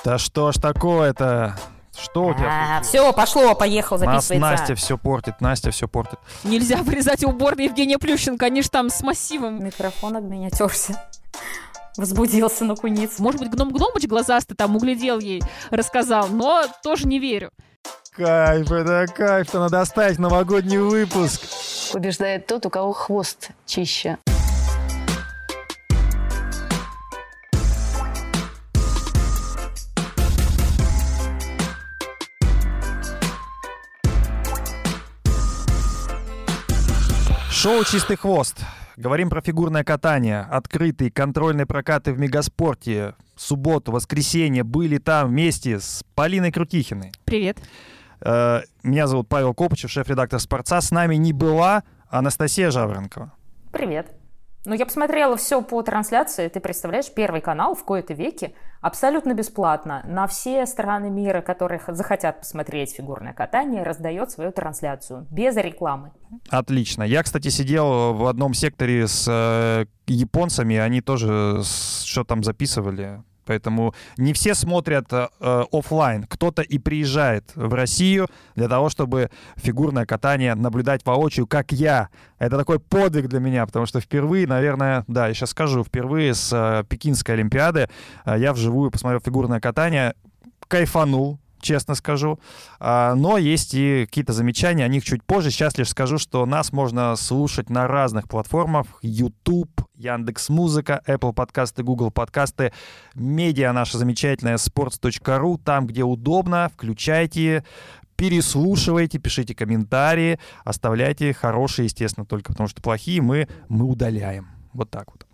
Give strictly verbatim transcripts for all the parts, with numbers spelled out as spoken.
Да что ж такое-то? Что у тебя? А, все, пошло, поехал, записывается. Нас Настя все портит, Настя все портит. Нельзя вырезать уборной Евгения Плющенко, они ж там с массивом. Микрофон об меня терся. Возбудился на куниц. Может быть, гном Гномыч глазастый там углядел ей, рассказал, но тоже не верю. Кайф, это кайф-то, надо оставить новогодний выпуск. Побеждает тот, у кого хвост чище. Шоу «Чистый хвост». Говорим про фигурное катание. Открытые контрольные прокаты в Мегаспорте. Субботу, воскресенье были там вместе с Полиной Крутихиной. Привет. Э, меня зовут Павел Копычев, шеф-редактор «Спорца». С нами не была Анастасия Жаворонкова. Привет. Ну, я посмотрела все по трансляции. Ты представляешь, Первый канал в кои-то веке абсолютно бесплатно на все страны мира, которые захотят посмотреть фигурное катание, раздает свою трансляцию без рекламы. Отлично. Я, кстати, сидел в одном секторе с э, японцами, они тоже с, что там записывали. Поэтому не все смотрят э, офлайн. Кто-то и приезжает в Россию для того, чтобы фигурное катание наблюдать воочию, как я. Это такой подвиг для меня, потому что впервые, наверное, да, я сейчас скажу, впервые с э, Пекинской Олимпиады э, я вживую посмотрел фигурное катание, кайфанул, честно скажу. А, но есть и какие-то замечания, о них чуть позже. Сейчас лишь скажу, что нас можно слушать на разных платформах. YouTube, Яндекс.Музыка, Apple подкасты, Google подкасты, медиа наша замечательная спортс точка ру. Там, где удобно, включайте, переслушивайте, пишите комментарии, оставляйте хорошие, естественно, только потому что плохие мы, мы удаляем. Вот так вот.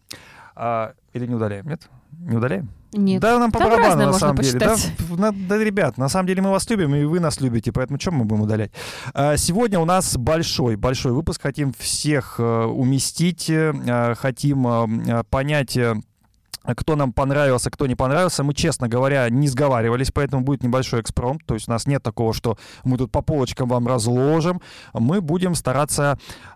А, или не удаляем, нет? Не удаляем? Нет. Да, нам по там барабану, на самом деле. Да, почитать. да, ребят, на самом деле мы вас любим, и вы нас любите, поэтому что мы будем удалять? А, сегодня у нас большой, большой выпуск. Хотим всех а, уместить, а, хотим а, понять, а, кто нам понравился, кто не понравился. Мы, честно говоря, не сговаривались, поэтому будет небольшой экспромт. То есть у нас нет такого, что мы тут по полочкам вам разложим. Мы будем стараться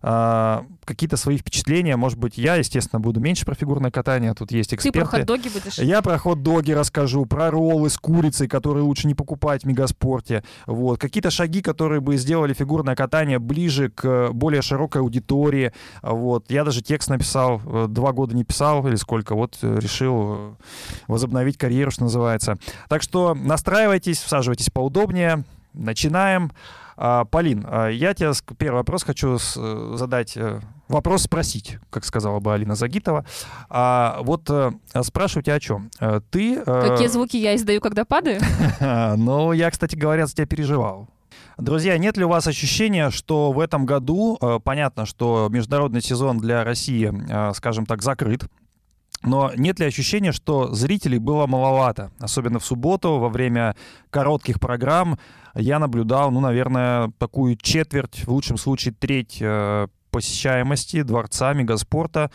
э, какие-то свои впечатления. Может быть, я, естественно, буду меньше про фигурное катание. Тут есть эксперты. Ты про хот-доги будешь? Я про хот-доги расскажу, про роллы с курицей, которые лучше не покупать в Мегаспорте. Вот. Какие-то шаги, которые бы сделали фигурное катание ближе к более широкой аудитории. Вот. Я даже текст написал, два года не писал, или сколько, вот решил решил возобновить карьеру, что называется. Так что настраивайтесь, всаживайтесь поудобнее. Начинаем. А, Полин, а, я тебе первый вопрос хочу с, задать. Вопрос спросить, как сказала бы Алина Загитова. А, вот а, спрашиваю тебя о чем. А, ты... Какие а... звуки я издаю, когда падаю? Ну, я, кстати говоря, за тебя переживал. Друзья, нет ли у вас ощущения, что в этом году, понятно, что международный сезон для России, скажем так, закрыт, но нет ли ощущения, что зрителей было маловато? Особенно в субботу, во время коротких программ, я наблюдал, ну, наверное, такую четверть, в лучшем случае треть э, посещаемости дворца, Мегаспорта.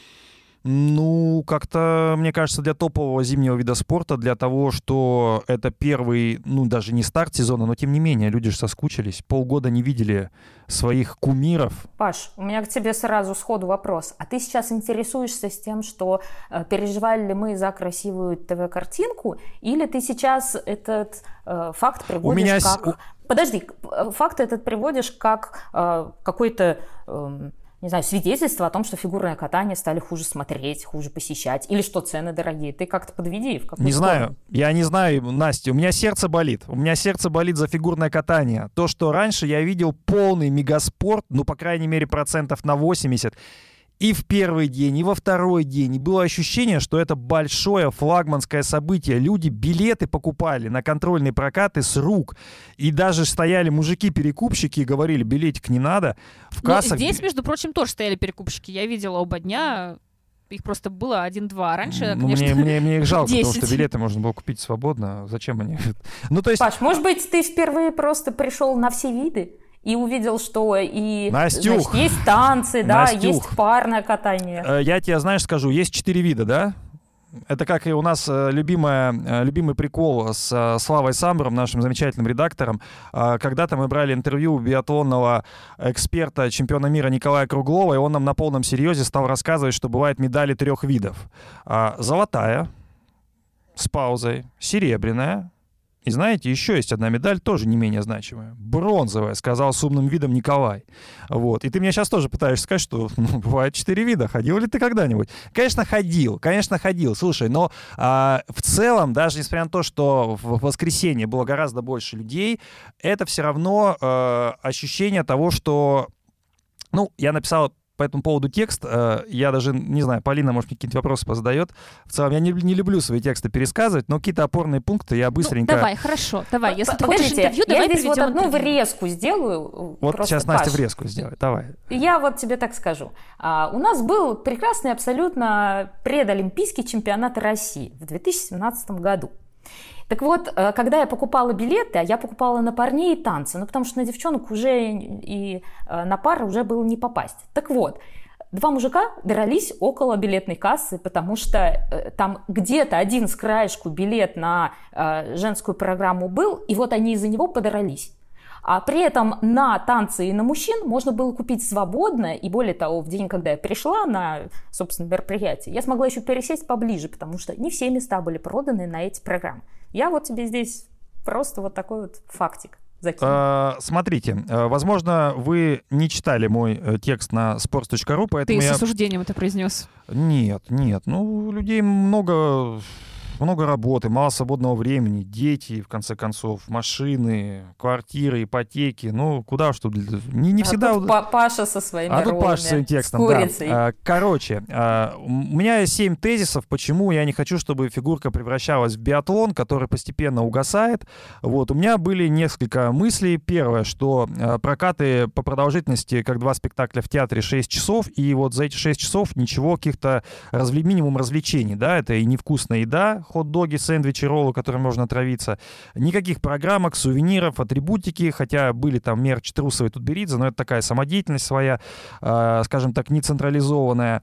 Ну, как-то, мне кажется, для топового зимнего вида спорта, для того, что это первый, ну, даже не старт сезона, но тем не менее, люди же соскучились, полгода не видели своих кумиров. Паш, у меня к тебе сразу сходу вопрос. А ты сейчас интересуешься с тем, что э, переживали ли мы за красивую ТВ-картинку, или ты сейчас этот э, факт приводишь у меня как... С... Подожди, факт этот приводишь как э, какой-то... Э, не знаю, свидетельство о том, что фигурное катание стали хуже смотреть, хуже посещать, или что цены дорогие. Ты как-то подведи. В какую не сторону? Знаю, я не знаю, Настя, у меня сердце болит. У меня сердце болит за фигурное катание. То, что раньше я видел полный Мегаспорт, ну, по крайней мере, процентов на восемьдесят, и в первый день, и во второй день. И было ощущение, что это большое флагманское событие. Люди билеты покупали на контрольные прокаты с рук. И даже стояли мужики-перекупщики и говорили, билетик не надо. В кассах... Но здесь, между прочим, тоже стояли перекупщики. Я видела оба дня. Их просто было один-два. Раньше, ну, конечно, мне, мне, мне их жалко, десять. Потому что билеты можно было купить свободно. Зачем они? Ну, то есть... Паш, может быть, ты впервые просто пришел на все виды? И увидел, что и значит, есть танцы, да, Настюх. Есть парное катание. Я тебе, знаешь, скажу, есть четыре вида, да? Это как и у нас любимая, любимый прикол с Славой Самбором, нашим замечательным редактором. Когда-то мы брали интервью у биатлонного эксперта, чемпиона мира Николая Круглова, и он нам на полном серьезе стал рассказывать, что бывают медали трех видов. Золотая, с паузой, серебряная. И знаете, еще есть одна медаль, тоже не менее значимая. Бронзовая, сказал с умным видом Николай. Вот. И ты мне сейчас тоже пытаешься сказать, что ну, бывает четыре вида. Ходил ли ты когда-нибудь? Конечно, ходил. Конечно, ходил. Слушай, но а, в целом, даже несмотря на то, что в воскресенье было гораздо больше людей, это все равно а, ощущение того, что... Ну, я написал по этому поводу текст. Я даже, не знаю, Полина, может, мне какие-то вопросы позадает. В целом, я не, не люблю свои тексты пересказывать, но какие-то опорные пункты я быстренько... Ну, давай, хорошо, давай. Если ты Погодите, хочешь интервью, давай я здесь вот одну интервью. врезку сделаю. Вот просто, сейчас Настя Паш, врезку сделает, давай. Я вот тебе так скажу. А, у нас был прекрасный абсолютно предолимпийский чемпионат России в две тысячи семнадцатом году. Так вот, когда я покупала билеты, а я покупала на парней и танцы, ну потому что на девчонок уже и на пары уже было не попасть. Так вот, два мужика дрались около билетной кассы, потому что э, там где-то один с краешку билет на э, женскую программу был, и вот они из-за него подрались. А при этом на танцы и на мужчин можно было купить свободно, и более того, в день, когда я пришла на, собственно, мероприятие, я смогла еще пересесть поближе, потому что не все места были проданы на эти программы. Я вот тебе здесь просто вот такой вот фактик. А, смотрите, возможно, вы не читали мой текст на sports точка ru, поэтому Ты я... с осуждением это произнес. Нет, нет, ну, у людей много... Много работы, мало свободного времени, дети, в конце концов, машины, квартиры, ипотеки. Ну, куда уж тут... Не, не а всегда... Тут Паша со своими А тут роллами, Паша со своим текстом, с курицей. да. Короче, у меня есть семь тезисов, почему я не хочу, чтобы фигурка превращалась в биатлон, который постепенно угасает. Вот, у меня были несколько мыслей. Первое, что прокаты по продолжительности, как два спектакля в театре, шесть часов, и вот за эти шесть часов ничего, каких-то разве... минимум развлечений, да, это и невкусная еда, хот-доги, сэндвичи, роллы, которыми можно отравиться. Никаких программок, сувениров, атрибутики, хотя были там мерч Трусовой, Тутберидзе, но это такая самодеятельность своя, э, скажем так, нецентрализованная.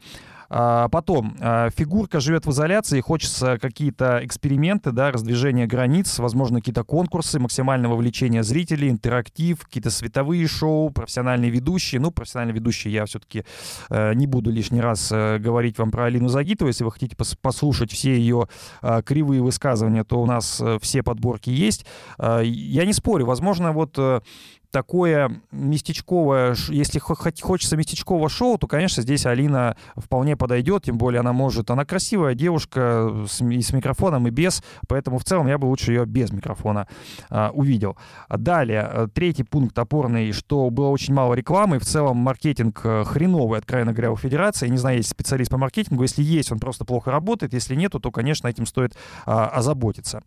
А потом, фигурка живет в изоляции, хочется какие-то эксперименты, да, раздвижение границ, возможно, какие-то конкурсы, максимальное вовлечение зрителей, интерактив, какие-то световые шоу, профессиональные ведущие. Ну, профессиональные ведущие я все-таки э, не буду лишний раз э, говорить вам про Алину Загитову. Если вы хотите пос- послушать все ее э, кривые высказывания, то у нас э, все подборки есть. Э, я не спорю, возможно, вот... Э, такое местечковое, если хочется местечкового шоу, то, конечно, здесь Алина вполне подойдет, тем более она может, она красивая девушка с, и с микрофоном, и без, поэтому в целом я бы лучше ее без микрофона а, увидел. Далее, третий пункт опорный, что было очень мало рекламы, в целом маркетинг хреновый, откровенно говоря, у Федерации, я не знаю, есть специалист по маркетингу, если есть, он просто плохо работает, если нету, то, конечно, этим стоит а, озаботиться.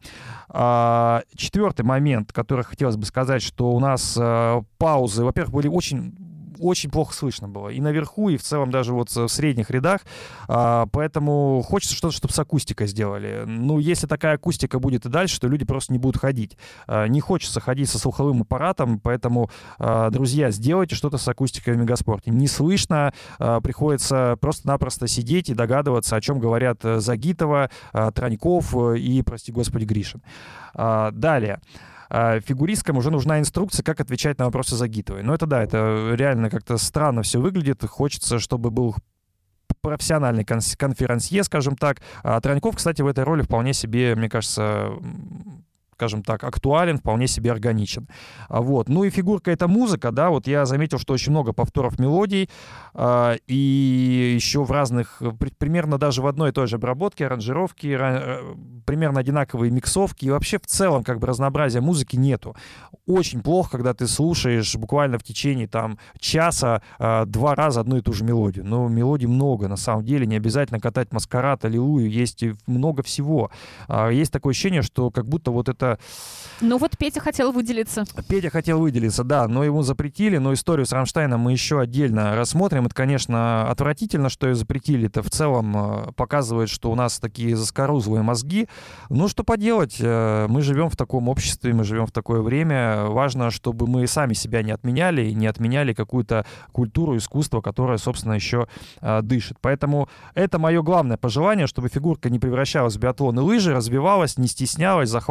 А, четвертый момент, который хотелось бы сказать, что у нас паузы, во-первых, были очень, очень плохо слышно было. И наверху, и в целом даже вот в средних рядах. А, поэтому хочется что-то, чтобы с акустикой сделали. Ну, если такая акустика будет и дальше, то люди просто не будут ходить. А, не хочется ходить со слуховым аппаратом, поэтому, а, друзья, сделайте что-то с акустикой в Мегаспорте. Не слышно, а, приходится просто-напросто сидеть и догадываться, о чем говорят Загитова, а, Траньков и, прости господи, Гришин. А, далее. Фигуристкам уже нужна инструкция, как отвечать на вопросы Загитовой. Но это да, это реально как-то странно все выглядит. Хочется, чтобы был профессиональный конферансье, скажем так. А Траньков, кстати, в этой роли вполне себе, мне кажется, скажем так, актуален, вполне себе органичен. Вот. Ну и фигурка — это музыка, да, вот я заметил, что очень много повторов мелодий, э, и еще в разных, при, примерно даже в одной и той же обработке, аранжировки, э, примерно одинаковые миксовки, и вообще в целом как бы разнообразия музыки нету. Очень плохо, когда ты слушаешь буквально в течение там часа э, два раза одну и ту же мелодию. Но мелодий много, на самом деле, не обязательно катать Маскарад, Аллилуйю, есть много всего. Э, есть такое ощущение, что как будто вот это... Ну вот Петя хотел выделиться. Петя хотел выделиться, да, но ему запретили, но историю с Рамштайном мы еще отдельно рассмотрим. Это, конечно, отвратительно, что ее запретили. Это в целом показывает, что у нас такие заскорузлые мозги. Ну, что поделать, мы живем в таком обществе, мы живем в такое время. Важно, чтобы мы сами себя не отменяли и не отменяли какую-то культуру, искусство, которое, собственно, еще дышит. Поэтому это мое главное пожелание, чтобы фигурка не превращалась в биатлон и лыжи, развивалась, не стеснялась, захватывала новые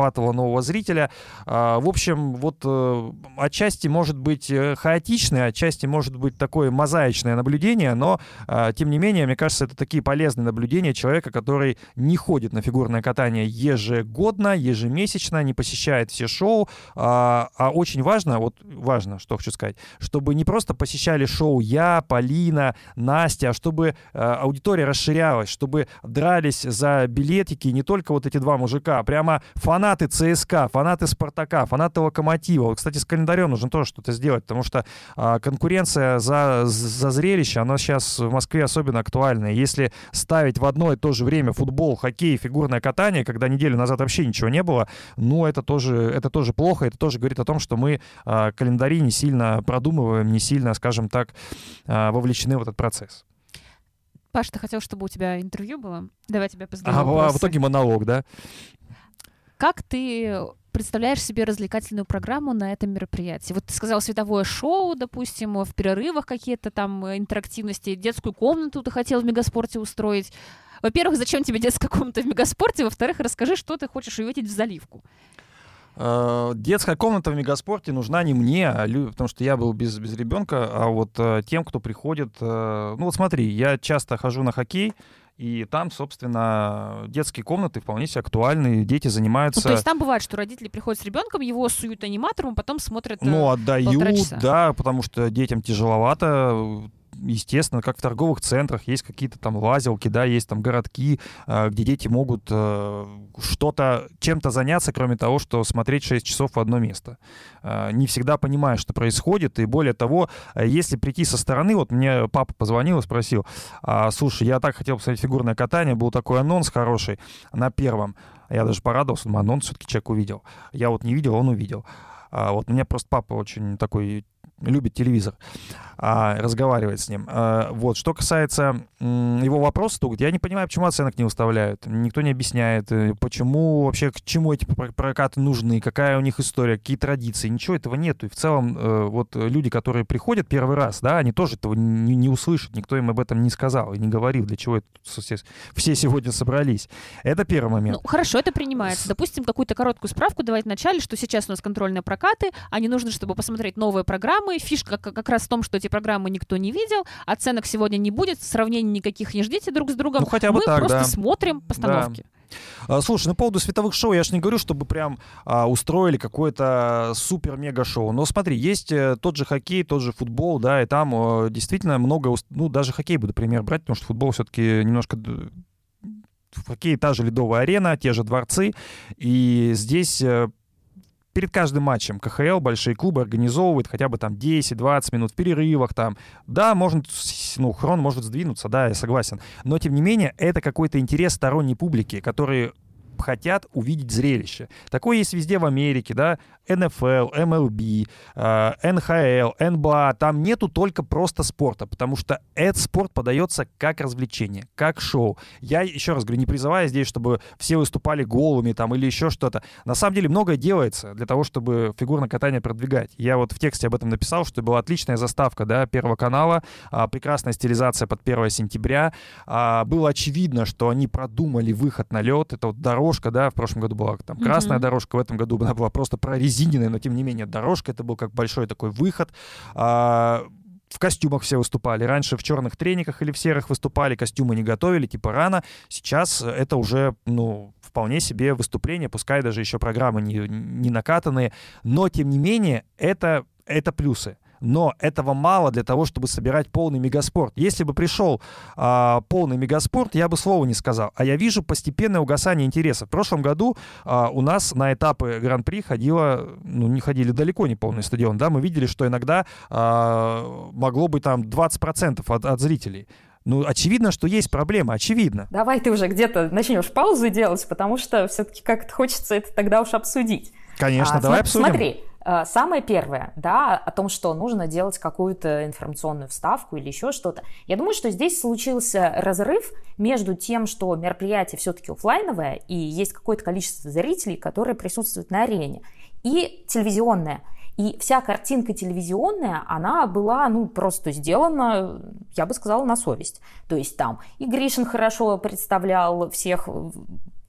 нового зрителя. В общем, вот отчасти может быть хаотичное, отчасти может быть такое мозаичное наблюдение, но, тем не менее, мне кажется, это такие полезные наблюдения человека, который не ходит на фигурное катание ежегодно, ежемесячно, не посещает все шоу, а, а очень важно, вот важно, что хочу сказать, чтобы не просто посещали шоу я, Полина, Настя, а чтобы а, аудитория расширялась, чтобы дрались за билетики не только вот эти два мужика, а прямо фанаты ЦСКА, фанаты Спартака, фанаты Локомотива. Вот, кстати, с календарем нужно тоже что-то сделать, потому что а, конкуренция за, за зрелище, она сейчас в Москве особенно актуальна. Если ставить в одно и то же время футбол, хоккей, фигурное катание, когда неделю назад вообще ничего не было, ну, это тоже, это тоже плохо, это тоже говорит о том, что мы а, календари не сильно продумываем, не сильно, скажем так, а, вовлечены в этот процесс. Паш, ты хотел, чтобы у тебя интервью было? Давай тебя позадаем а, вопросы. А в итоге монолог, да? Как ты представляешь себе развлекательную программу на этом мероприятии? Вот ты сказал световое шоу, допустим, в перерывах какие-то там интерактивности, детскую комнату ты хотел в Мегаспорте устроить. Во-первых, зачем тебе детская комната в Мегаспорте? Во-вторых, расскажи, что ты хочешь увидеть в заливку. Детская комната в Мегаспорте нужна не мне, а лю... потому что я был без, без ребенка, а вот а, тем, кто приходит. А, ну вот смотри, я часто хожу на хоккей, и там, собственно, детские комнаты вполне себе актуальны, дети занимаются... Ну, то есть там бывает, что родители приходят с ребенком, его суют аниматором, потом смотрят Ну, отдают, часа. Да, потому что детям тяжеловато. Естественно, как в торговых центрах, есть какие-то там лазилки, да, есть там городки, где дети могут что-то, чем-то заняться, кроме того, что смотреть шесть часов в одно место. Не всегда понимаешь, что происходит, и более того, если прийти со стороны, вот мне папа позвонил и спросил, слушай, я так хотел посмотреть фигурное катание, был такой анонс хороший на первом, я даже порадовался, но анонс все-таки человек увидел. Я вот не видел, он увидел. Вот у меня просто папа очень такой... любит телевизор, а, разговаривает с ним. А, вот. Что касается м, его вопроса, то я не понимаю, почему оценок не выставляют. Никто не объясняет, почему вообще, к чему эти прокаты нужны, какая у них история, какие традиции. Ничего этого нету. И в целом э, вот люди, которые приходят первый раз, да, они тоже этого не, не услышат. Никто им об этом не сказал и не говорил, для чего это, все, все сегодня собрались. Это первый момент. Ну, хорошо, это принимается. Допустим, какую-то короткую справку давать вначале, что сейчас у нас контрольные прокаты, они нужны, чтобы посмотреть новые программы. Фишка как раз в том, что эти программы никто не видел, оценок сегодня не будет, сравнений никаких не ждите друг с другом. Ну, хотя бы Мы так, просто да. смотрим постановки. Да. Слушай, ну по поводу световых шоу я же не говорю, чтобы прям а, устроили какое-то супер-мега-шоу. Но смотри, есть э, тот же хоккей, тот же футбол, да, и там э, действительно много, ну даже хоккей буду пример брать, потому что футбол все-таки немножко... В хоккее та же ледовая арена, те же дворцы, и здесь... Э, перед каждым матчем ка ха эл большие клубы организовывают хотя бы там десять-двадцать минут в перерывах там. Да, может, ну, хрон может сдвинуться, да, я согласен. Но, тем не менее, это какой-то интерес сторонней публики, которые хотят увидеть зрелище. Такое есть везде в Америке, да, эн эф эл, эм эл би, э, эн ха эл, эн би эй. Там нету только просто спорта, потому что этот спорт подается как развлечение, как шоу. Я еще раз говорю, не призываю здесь, чтобы все выступали голыми там или еще что-то. На самом деле многое делается для того, чтобы фигурное катание продвигать. Я вот в тексте об этом написал, что была отличная заставка, да, Первого канала, а, прекрасная стилизация под первое сентября. А, было очевидно, что они продумали выход на лед. Это вот дорожка, да, в прошлом году была там красная mm-hmm. дорожка, в этом году она была просто прорезиненная, но тем не менее дорожка, это был как большой такой выход. А, в костюмах все выступали. Раньше в черных трениках или в серых выступали, костюмы не готовили, типа рано. Сейчас это уже, ну, вполне себе выступление, пускай даже еще программы не, не накатанные, но тем не менее это, это плюсы. Но этого мало для того, чтобы собирать полный мегаспорт. Если бы пришел а, полный мегаспорт, я бы слова не сказал. А я вижу постепенное угасание интереса. В прошлом году а, у нас на этапы Гран-при ходило, ну, не ходили далеко не полный стадион, да, мы видели, что иногда а, могло быть там двадцать процентов от, от зрителей. Ну, очевидно, что есть проблема, очевидно. Давай ты уже где-то начнешь паузу делать, потому что все-таки как-то хочется это тогда уж обсудить. Конечно, а, давай см- обсудим. Смотри. Самое первое, да, о том, что нужно делать какую-то информационную вставку или еще что-то. Я думаю, что здесь случился разрыв между тем, что мероприятие все-таки офлайновое, и есть какое-то количество зрителей, которые присутствуют на арене, и телевизионное. И вся картинка телевизионная, она была, ну, просто сделана, я бы сказала, на совесть. То есть там и Гришин хорошо представлял всех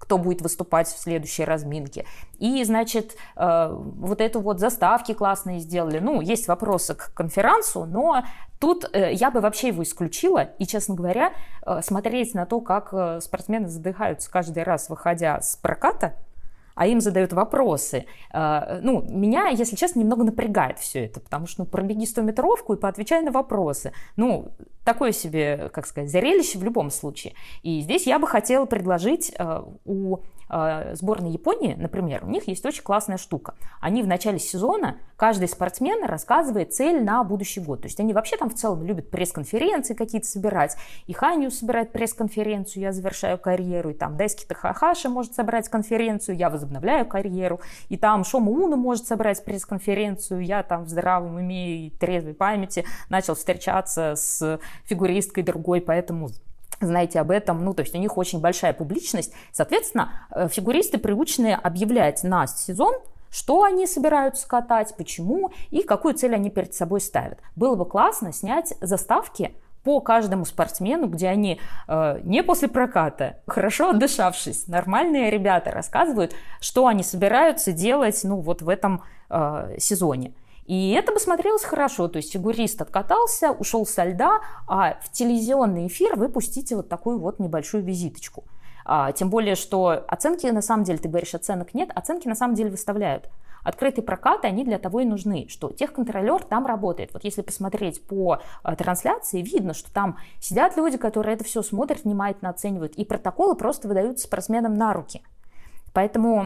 кто будет выступать в следующей разминке. И, значит, вот эту вот заставки классные сделали. Ну, есть вопросы к конферансу, но тут я бы вообще его исключила. И, честно говоря, смотреть на то, как спортсмены задыхаются каждый раз, выходя с проката, а им задают вопросы. Ну, меня, если честно, немного напрягает все это, потому что, ну, пробеги стометровку и поотвечай на вопросы. Ну, такое себе, как сказать, зрелище в любом случае. И здесь я бы хотела предложить у сборной Японии, например, у них есть очень классная штука. Они в начале сезона, каждый спортсмен рассказывает цель на будущий год. То есть они вообще там в целом любят пресс-конференции какие-то собирать. И Ханью собирает пресс-конференцию, я завершаю карьеру. И там Дайски Тахахаши может собрать конференцию, я возобновляю карьеру. И там Шома Уно может собрать пресс-конференцию, я там в здравом уме и трезвой памяти начал встречаться с фигуристкой другой, поэтому... знаете об этом, ну, то есть у них очень большая публичность. Соответственно, фигуристы приучены объявлять на сезон, что они собираются катать, почему и какую цель они перед собой ставят. Было бы классно снять заставки по каждому спортсмену, где они э, не после проката, хорошо отдышавшись, нормальные ребята рассказывают, что они собираются делать, ну, вот в этом э, сезоне. И это бы смотрелось хорошо, то есть фигурист откатался, ушел со льда, а в телевизионный эфир вы пустите вот такую вот небольшую визиточку. А, тем более, что оценки, на самом деле, ты говоришь, оценок нет, оценки на самом деле выставляют. Открытые прокаты, они для того и нужны, что техконтролер там работает. Вот если посмотреть по а, трансляции, видно, что там сидят люди, которые это все смотрят, внимательно оценивают, и протоколы просто выдаются спортсменам на руки. Поэтому...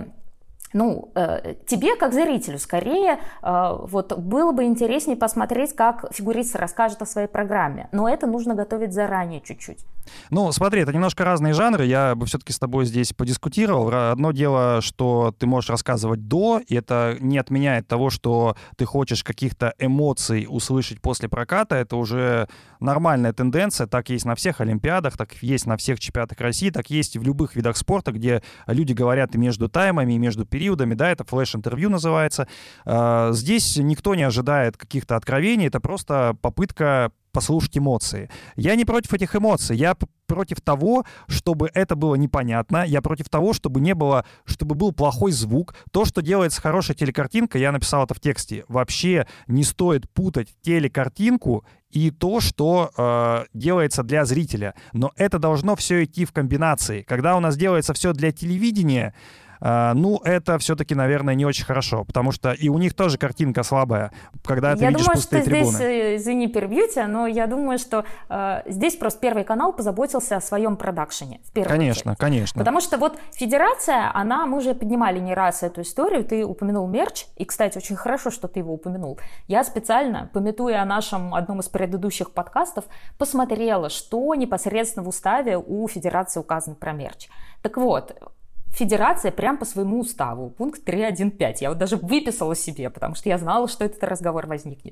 Ну, э, тебе, как зрителю, скорее э, вот было бы интереснее посмотреть, как фигурист расскажет о своей программе. Но это нужно готовить заранее чуть-чуть. Ну, смотри, это немножко разные жанры. Я бы все-таки с тобой здесь подискутировал. Одно дело, что ты можешь рассказывать до, и это не отменяет того, что ты хочешь каких-то эмоций услышать после проката. Это уже нормальная тенденция. Так есть на всех Олимпиадах, так есть на всех чемпионатах России, так есть и в любых видах спорта, где люди говорят и между таймами, и между периодами, да, это флеш-интервью называется. Здесь никто не ожидает каких-то откровений, это просто попытка послушать эмоции. Я не против этих эмоций, я против того, чтобы это было непонятно, я против того, чтобы не было, чтобы был плохой звук. То, что делается хорошая телекартинка, я написал это в тексте, вообще не стоит путать телекартинку и то, что э, делается для зрителя. Но это должно все идти в комбинации. Когда у нас делается все для телевидения, Uh, ну, это все-таки, наверное, не очень хорошо, потому что и у них тоже картинка слабая, когда ты я видишь думаю, пустые что трибуны. Здесь, извини, перебью тебя, но я думаю, что э, здесь просто Первый канал позаботился о своем продакшене. В первую конечно, очередь. конечно. Потому что вот федерация, она, мы уже поднимали не раз эту историю, ты упомянул мерч, и, кстати, очень хорошо, что ты его упомянул. Я специально, памятуя о нашем одном из предыдущих подкастов, посмотрела, что непосредственно в уставе у федерации указано про мерч. Так вот, Федерация прям по своему уставу, пункт три точка один точка пять, я вот даже выписала себе, потому что я знала, что этот разговор возникнет,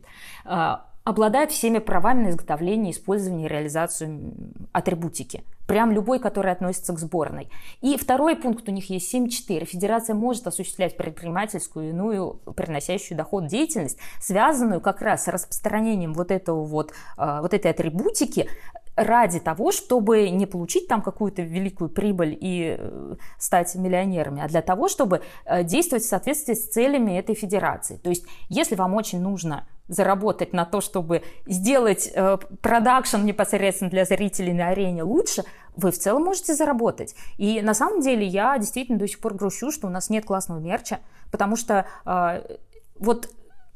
обладает всеми правами на изготовление, использование и реализацию атрибутики. Прям любой, который относится к сборной. И второй пункт у них есть семь точка четыре. Федерация может осуществлять предпринимательскую, иную, приносящую доход деятельность, связанную как раз с распространением вот, этого вот, вот этой атрибутики, ради того, чтобы не получить там какую-то великую прибыль и э, стать миллионерами, а для того, чтобы э, действовать в соответствии с целями этой федерации. То есть, если вам очень нужно заработать на то, чтобы сделать э, продакшн непосредственно для зрителей на арене лучше, вы в целом можете заработать. И на самом деле я действительно до сих пор грущу, что у нас нет классного мерча, потому что э, вот...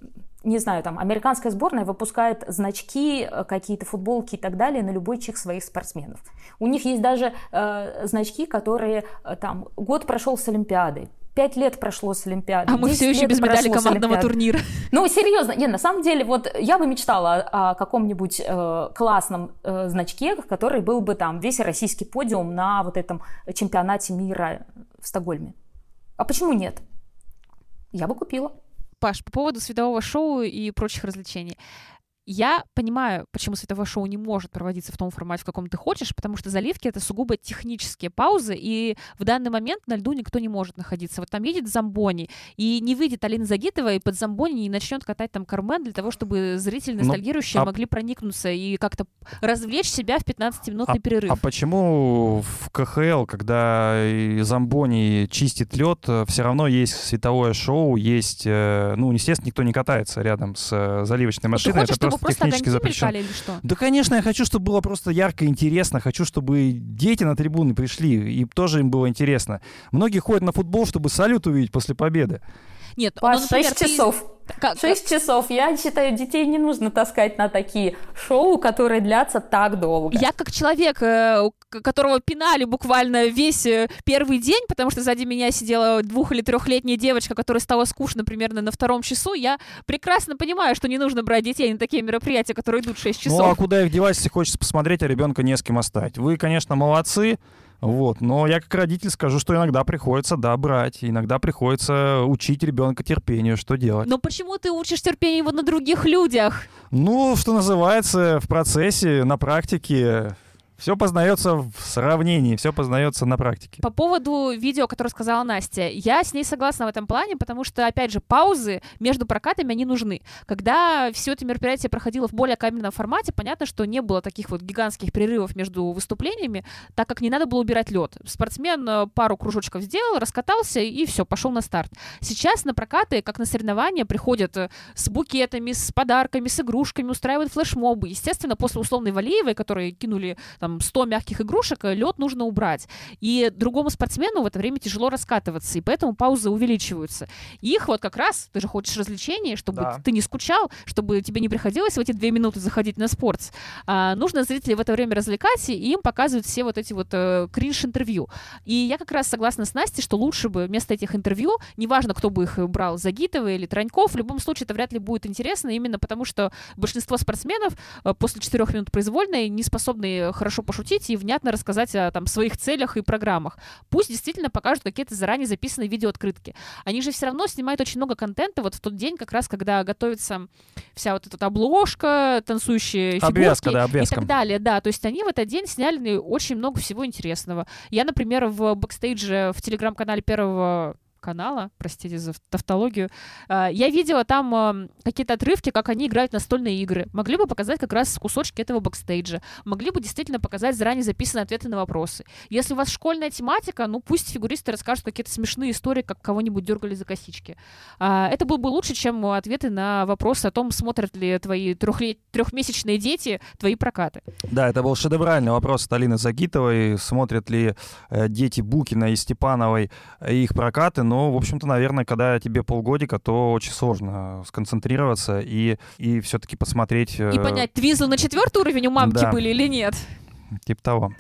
не знаю, там, американская сборная выпускает значки, какие-то футболки и так далее на любой чих своих спортсменов. У них есть даже э, значки, которые, э, там, год прошел с Олимпиады, пять лет прошло с Олимпиады. А мы все еще без медали командного турнира. Ну, серьезно, не, на самом деле, вот я бы мечтала о, о каком-нибудь э, классном э, значке, который был бы там весь российский подиум на вот этом чемпионате мира в Стокгольме. А почему нет? Я бы купила. Паш, по поводу светового шоу и прочих развлечений. Я понимаю, почему световое шоу не может проводиться в том формате, в каком ты хочешь, потому что заливки — это сугубо технические паузы, и в данный момент на льду никто не может находиться. Вот там едет Замбони, и не выйдет Алина Загитова и под Замбони не начнет катать там Кармен для того, чтобы зрители ностальгирующие ну, а... могли проникнуться и как-то развлечь себя в пятнадцатиминутный а, перерыв. А почему в ка ха эл, когда Замбони чистит лед, все равно есть световое шоу, есть, ну, естественно, никто не катается рядом с заливочной машиной. Ты хочешь, это чтобы просто технически запрещено. Или что? Да, конечно, я хочу, чтобы было просто ярко и интересно. Хочу, чтобы дети на трибуны пришли, и тоже им было интересно. Многие ходят на футбол, чтобы салют увидеть после победы. Нет, Паш, ну, например, шесть часов. Как? Шесть часов. Я считаю, детей не нужно таскать на такие шоу, которые длятся так долго. Я как человек, которого пинали буквально весь первый день, потому что сзади меня сидела двух- или трехлетняя девочка, которой стало скучно примерно на втором часу, я прекрасно понимаю, что не нужно брать детей на такие мероприятия, которые идут шесть часов. Ну а куда их девать, если хочется посмотреть, а ребенка не с кем оставить? Вы, конечно, молодцы. Вот, но я как родитель скажу, что иногда приходится, да, брать, иногда приходится учить ребенка терпению, что делать. Но почему ты учишь терпению его на других людях? Ну, что называется, в процессе, на практике. Все познается в сравнении, все познается на практике. По поводу видео, которое сказала Настя, я с ней согласна в этом плане, потому что, опять же, паузы между прокатами, они нужны. Когда все это мероприятие проходило в более камерном формате, понятно, что не было таких вот гигантских перерывов между выступлениями, так как не надо было убирать лед. Спортсмен пару кружочков сделал, раскатался и все, пошел на старт. Сейчас на прокаты, как на соревнования, приходят с букетами, с подарками, с игрушками, устраивают флешмобы. Естественно, после условной Валиевой, которые кинули там сто мягких игрушек, лед нужно убрать. И другому спортсмену в это время тяжело раскатываться, и поэтому паузы увеличиваются. И их вот как раз, ты же хочешь развлечений, чтобы да. ты не скучал, чтобы тебе не приходилось в эти две минуты заходить на спорт. А, нужно зрителей в это время развлекать, и им показывают все вот эти вот э, кринж-интервью. И я как раз согласна с Настей, что лучше бы вместо этих интервью, неважно, кто бы их брал, Загитова или Троньков, в любом случае это вряд ли будет интересно, именно потому что большинство спортсменов э, после четырех минут произвольной не способны хорошо пошутить и внятно рассказать о там, своих целях и программах. Пусть действительно покажут какие-то заранее записанные видеооткрытки. Они же все равно снимают очень много контента вот в тот день, как раз когда готовится вся вот эта обложка, танцующие фигурки обвязка, да, и так далее. Да, то есть они в этот день сняли очень много всего интересного. Я, например, в бэкстейдже в телеграм-канале Первого канала, простите за тавтологию, я видела там какие-то отрывки, как они играют настольные игры. Могли бы показать как раз кусочки этого бэкстейджа. Могли бы действительно показать заранее записанные ответы на вопросы. Если у вас школьная тематика, ну пусть фигуристы расскажут какие-то смешные истории, как кого-нибудь дергали за косички. Это было бы лучше, чем ответы на вопросы о том, смотрят ли твои трехлет... трехмесячные дети твои прокаты. Да, это был шедевральный вопрос от Алины Загитовой. Смотрят ли дети Букина и Степановой их прокаты? Но, в общем-то, наверное, когда тебе полгодика, то очень сложно сконцентрироваться и, и все-таки посмотреть... И понять, твизлы на четвертый уровень у мамки да. были или нет. Типа того.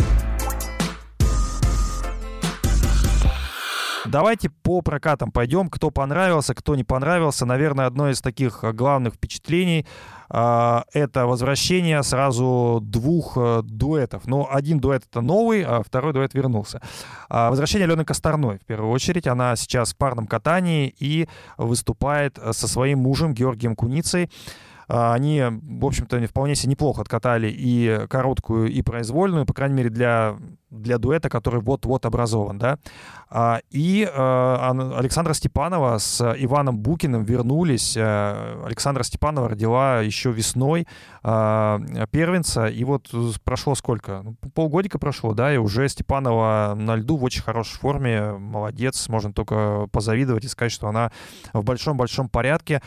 Давайте по прокатам пойдем. Кто понравился, кто не понравился. Наверное, одно из таких главных впечатлений э, это возвращение сразу двух э, дуэтов. Но один дуэт — это новый, а второй дуэт вернулся. Э, возвращение Алены Косторной, в первую очередь. Она сейчас в парном катании и выступает со своим мужем Георгием Куницей. Они, в общем-то, вполне себе неплохо откатали и короткую, и произвольную, по крайней мере, для, для дуэта, который вот-вот образован, да. И Александра Степанова с Иваном Букиным вернулись. Александра Степанова родила еще весной первенца, и вот прошло сколько? Полгодика прошло, да, и уже Степанова на льду в очень хорошей форме, молодец, можно только позавидовать и сказать, что она в большом-большом порядке.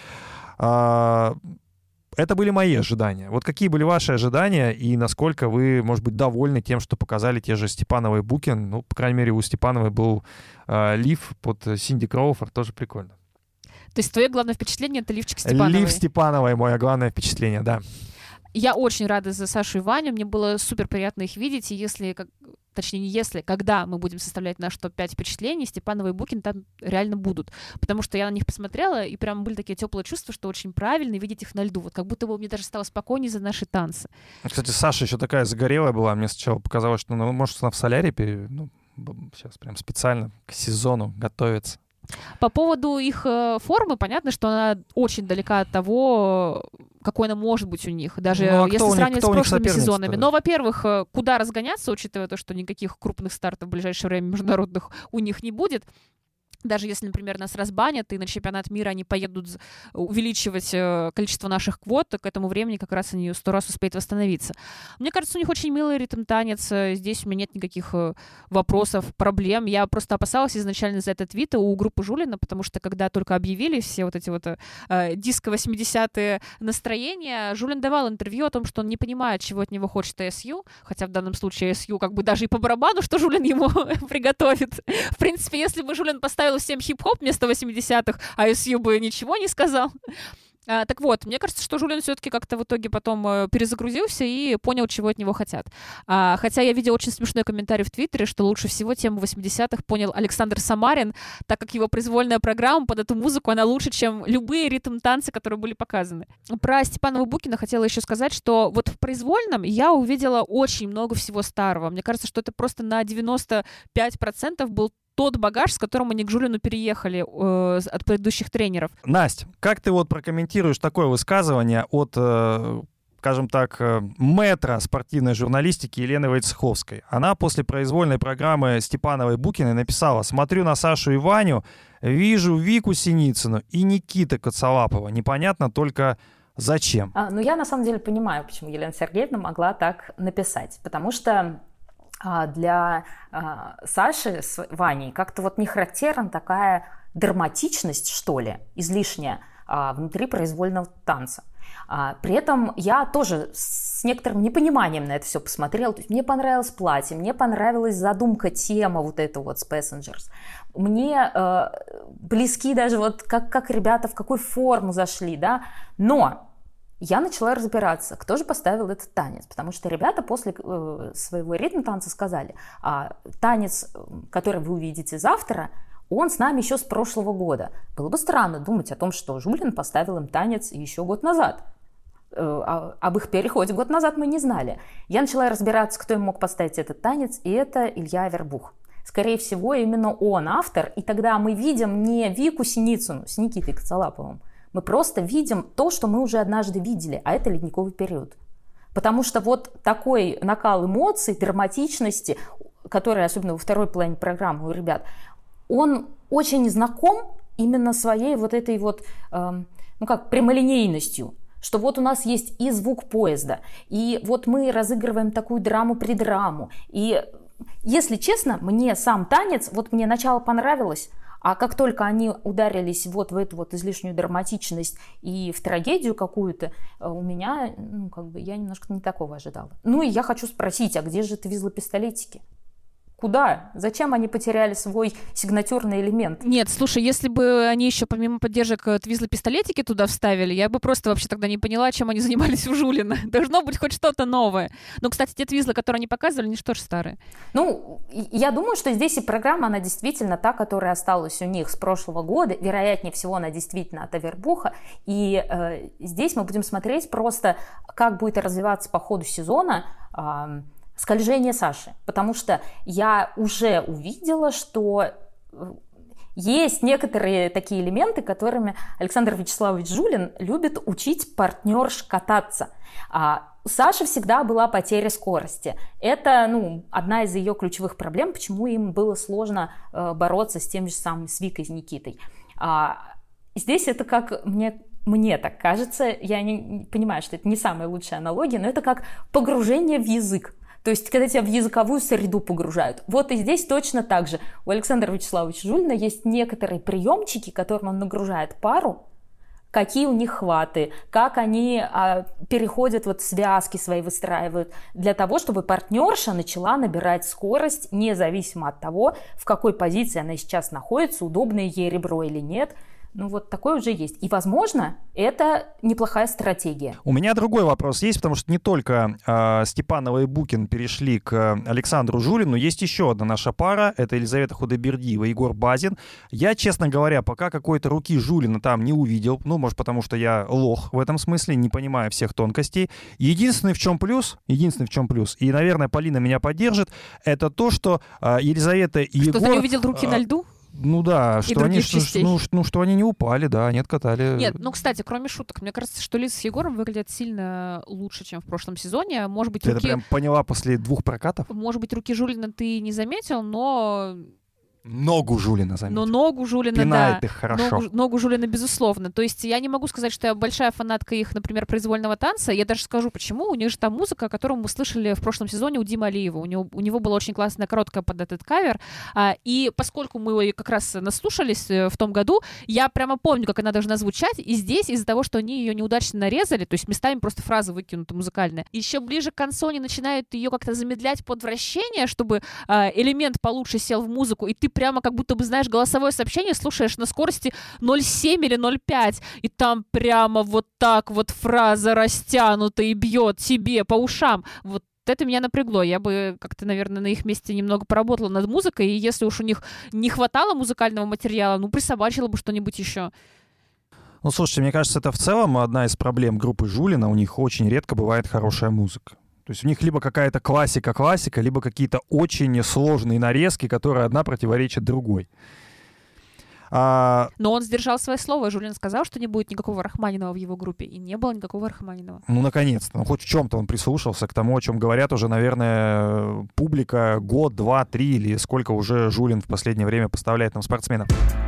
Это были мои ожидания. Вот какие были ваши ожидания и насколько вы, может быть, довольны тем, что показали те же Степанова и Букин? Ну, по крайней мере, у Степановой был э, лиф под Синди Кроуфорд, тоже прикольно. То есть твое главное впечатление — это лифчик Степановой? Лиф Степановой — мое главное впечатление, да. Я очень рада за Сашу и Ваню, мне было супер приятно их видеть, и если, как, точнее не если, когда мы будем составлять наш топ пять впечатлений, Степанова и Букин там реально будут, потому что я на них посмотрела, и прям были такие теплые чувства, что очень правильно видеть их на льду, вот как будто бы мне даже стало спокойнее за наши танцы. Кстати, Саша еще такая загорелая была, мне сначала показалось, что, ну, может, она в солярии, пере... ну, сейчас прям специально к сезону готовится. По поводу их э, формы, понятно, что она очень далека от того, какой она может быть у них, даже ну, а если сравнивать с прошлыми сезонами. Но, во-первых, куда разгоняться, учитывая то, что никаких крупных стартов в ближайшее время международных у них не будет. Даже если, например, нас разбанят, и на чемпионат мира они поедут увеличивать количество наших квот, то к этому времени как раз они сто раз успеют восстановиться. Мне кажется, у них очень милый ритм-танец. Здесь у меня нет никаких вопросов, проблем. Я просто опасалась изначально за этот твит у группы Жулина, потому что когда только объявили все вот эти вот э, диско-восьмидесятые настроения, Жулин давал интервью о том, что он не понимает, чего от него хочет эс ю, хотя в данном случае эс ю как бы даже и по барабану, что Жулин ему приготовит. В принципе, если бы Жулин поставил всем хип-хоп вместо восьмидесятых, а эс ю бы ничего не сказал. А, так вот, мне кажется, что Жулин все-таки как-то в итоге потом э, перезагрузился и понял, чего от него хотят. А, хотя я видела очень смешной комментарий в Твиттере, что лучше всего тему восьмидесятых понял Александр Самарин, так как его произвольная программа под эту музыку, она лучше, чем любые ритм-танцы, которые были показаны. Про Степанова Букина хотела еще сказать, что вот в произвольном я увидела очень много всего старого. Мне кажется, что это просто на девяносто пять процентов был тот багаж, с которым они к Жулину переехали э, от предыдущих тренеров. Настя, как ты вот прокомментируешь такое высказывание от, э, скажем так, э, мэтра спортивной журналистики Елены Войцеховской? Она после произвольной программы Степановой Букиной написала: «Смотрю на Сашу и Ваню, вижу Вику Синицыну и Никита Коцалапова. Непонятно только зачем». А, ну, я на самом деле понимаю, почему Елена Сергеевна могла так написать. Потому что для а, Саши с Ваней как-то вот не характерна такая драматичность, что ли, излишняя а, внутри произвольного танца. А, при этом я тоже с некоторым непониманием на это все посмотрела. То есть мне понравилось платье, мне понравилась задумка, тема вот эта вот с Passengers. Мне э, близки даже вот как, как ребята в какую форму зашли, да, но я начала разбираться, кто же поставил этот танец, потому что ребята после э, своего ритм-танца сказали, а танец, который вы увидите завтра, он с нами еще с прошлого года. Было бы странно думать о том, что Жулин поставил им танец еще год назад. Э, а, об их переходе год назад мы не знали. Я начала разбираться, кто им мог поставить этот танец, и это Илья Авербух. Скорее всего, именно он автор, и тогда мы видим не Вику Синицыну с Никитой Коцалаповым, мы просто видим то, что мы уже однажды видели, а это ледниковый период. Потому что вот такой накал эмоций, драматичности, который, особенно во второй половине программы у ребят, он очень знаком именно своей вот этой вот, э, ну как, прямолинейностью. Что вот у нас есть и звук поезда, и вот мы разыгрываем такую драму-придраму. И, если честно, мне сам танец, вот мне начало понравилось, а как только они ударились вот в эту вот излишнюю драматичность и в трагедию какую-то, у меня, ну, как бы, я немножко не такого ожидала. Ну, и я хочу спросить, а где же твизло-пистолетики? Куда? Зачем они потеряли свой сигнатурный элемент? Нет, слушай, если бы они еще помимо поддержек твизло-пистолетики туда вставили, я бы просто вообще тогда не поняла, чем они занимались у Жулина. Должно быть хоть что-то новое. Но, кстати, те твизлы, которые они показывали, они же тоже старые. Ну, я думаю, что здесь и программа, она действительно та, которая осталась у них с прошлого года. Вероятнее всего, она действительно от Авербуха. И э, здесь мы будем смотреть просто, как будет развиваться по ходу сезона э, скольжение Саши, потому что я уже увидела, что есть некоторые такие элементы, которыми Александр Вячеславович Жулин любит учить партнерш кататься. А у Саши всегда была потеря скорости. Это, ну, одна из ее ключевых проблем, почему им было сложно э, бороться с тем же самым с Викой, с Никитой. А здесь это как мне... Мне так кажется, я не, не понимаю, что это не самая лучшая аналогия, но это как погружение в язык. То есть, когда тебя в языковую среду погружают. Вот и здесь точно так же. У Александра Вячеславовича Жулина есть некоторые приемчики, которым он нагружает пару, какие у них хваты, как они а, переходят, вот связки свои выстраивают, для того, чтобы партнерша начала набирать скорость, независимо от того, в какой позиции она сейчас находится, удобное ей ребро или нет. Ну вот такое уже есть. И, возможно, это неплохая стратегия. У меня другой вопрос есть, потому что не только э, Степанова и Букин перешли к Александру Жулину, есть еще одна наша пара, это Елизавета Худайбердиева и Егор Базин. Я, честно говоря, пока какой-то руки Жулина там не увидел, ну, может, потому что я лох в этом смысле, не понимаю всех тонкостей. Единственный в чем плюс, единственный в чем плюс, и, наверное, Полина меня поддержит, это то, что э, Елизавета и что Егор... Что, ты не увидел руки э, на льду? Ну да, что они, что, ну, ну, что они не упали, да, они откатали. Нет, ну, кстати, кроме шуток, мне кажется, что Лиза с Егором выглядят сильно лучше, чем в прошлом сезоне. Может быть, Ты руки... это прям поняла после двух прокатов? Может быть, руки Жулина ты не заметил, но... Ногу Жулина заметил. Но ногу Жулина, Пинает да. их хорошо. Ногу, ногу Жулина, безусловно. То есть я не могу сказать, что я большая фанатка их, например, произвольного танца. Я даже скажу, почему. У них же там музыка, которую мы слышали в прошлом сезоне у Димы Алиева. У него, у него была очень классная короткая под этот кавер. А, и поскольку мы ее как раз наслушались в том году, я прямо помню, как она должна звучать. И здесь из-за того, что они ее неудачно нарезали, то есть местами просто фразы выкинуты музыкальные, еще ближе к концу они начинают ее как-то замедлять под вращение, чтобы а, элемент получше сел в музыку, и ты прямо как будто бы, знаешь, голосовое сообщение слушаешь на скорости ноль семь или ноль пять, и там прямо вот так вот фраза растянута и бьет тебе по ушам. Вот это меня напрягло. Я бы как-то, наверное, на их месте немного поработала над музыкой, и если уж у них не хватало музыкального материала, ну, присобачила бы что-нибудь еще. Ну, слушайте, мне кажется, это в целом одна из проблем группы Жулина. У них очень редко бывает хорошая музыка. То есть у них либо какая-то классика-классика, либо какие-то очень сложные нарезки, которые одна противоречит другой. А... Но он сдержал свое слово. Жулин сказал, что не будет никакого Рахманинова в его группе. И не было никакого Рахманинова. Ну, наконец-то. Ну, хоть в чем-то он прислушался к тому, о чем говорят уже, наверное, публика год, два, три или сколько уже Жулин в последнее время поставляет нам спортсменов.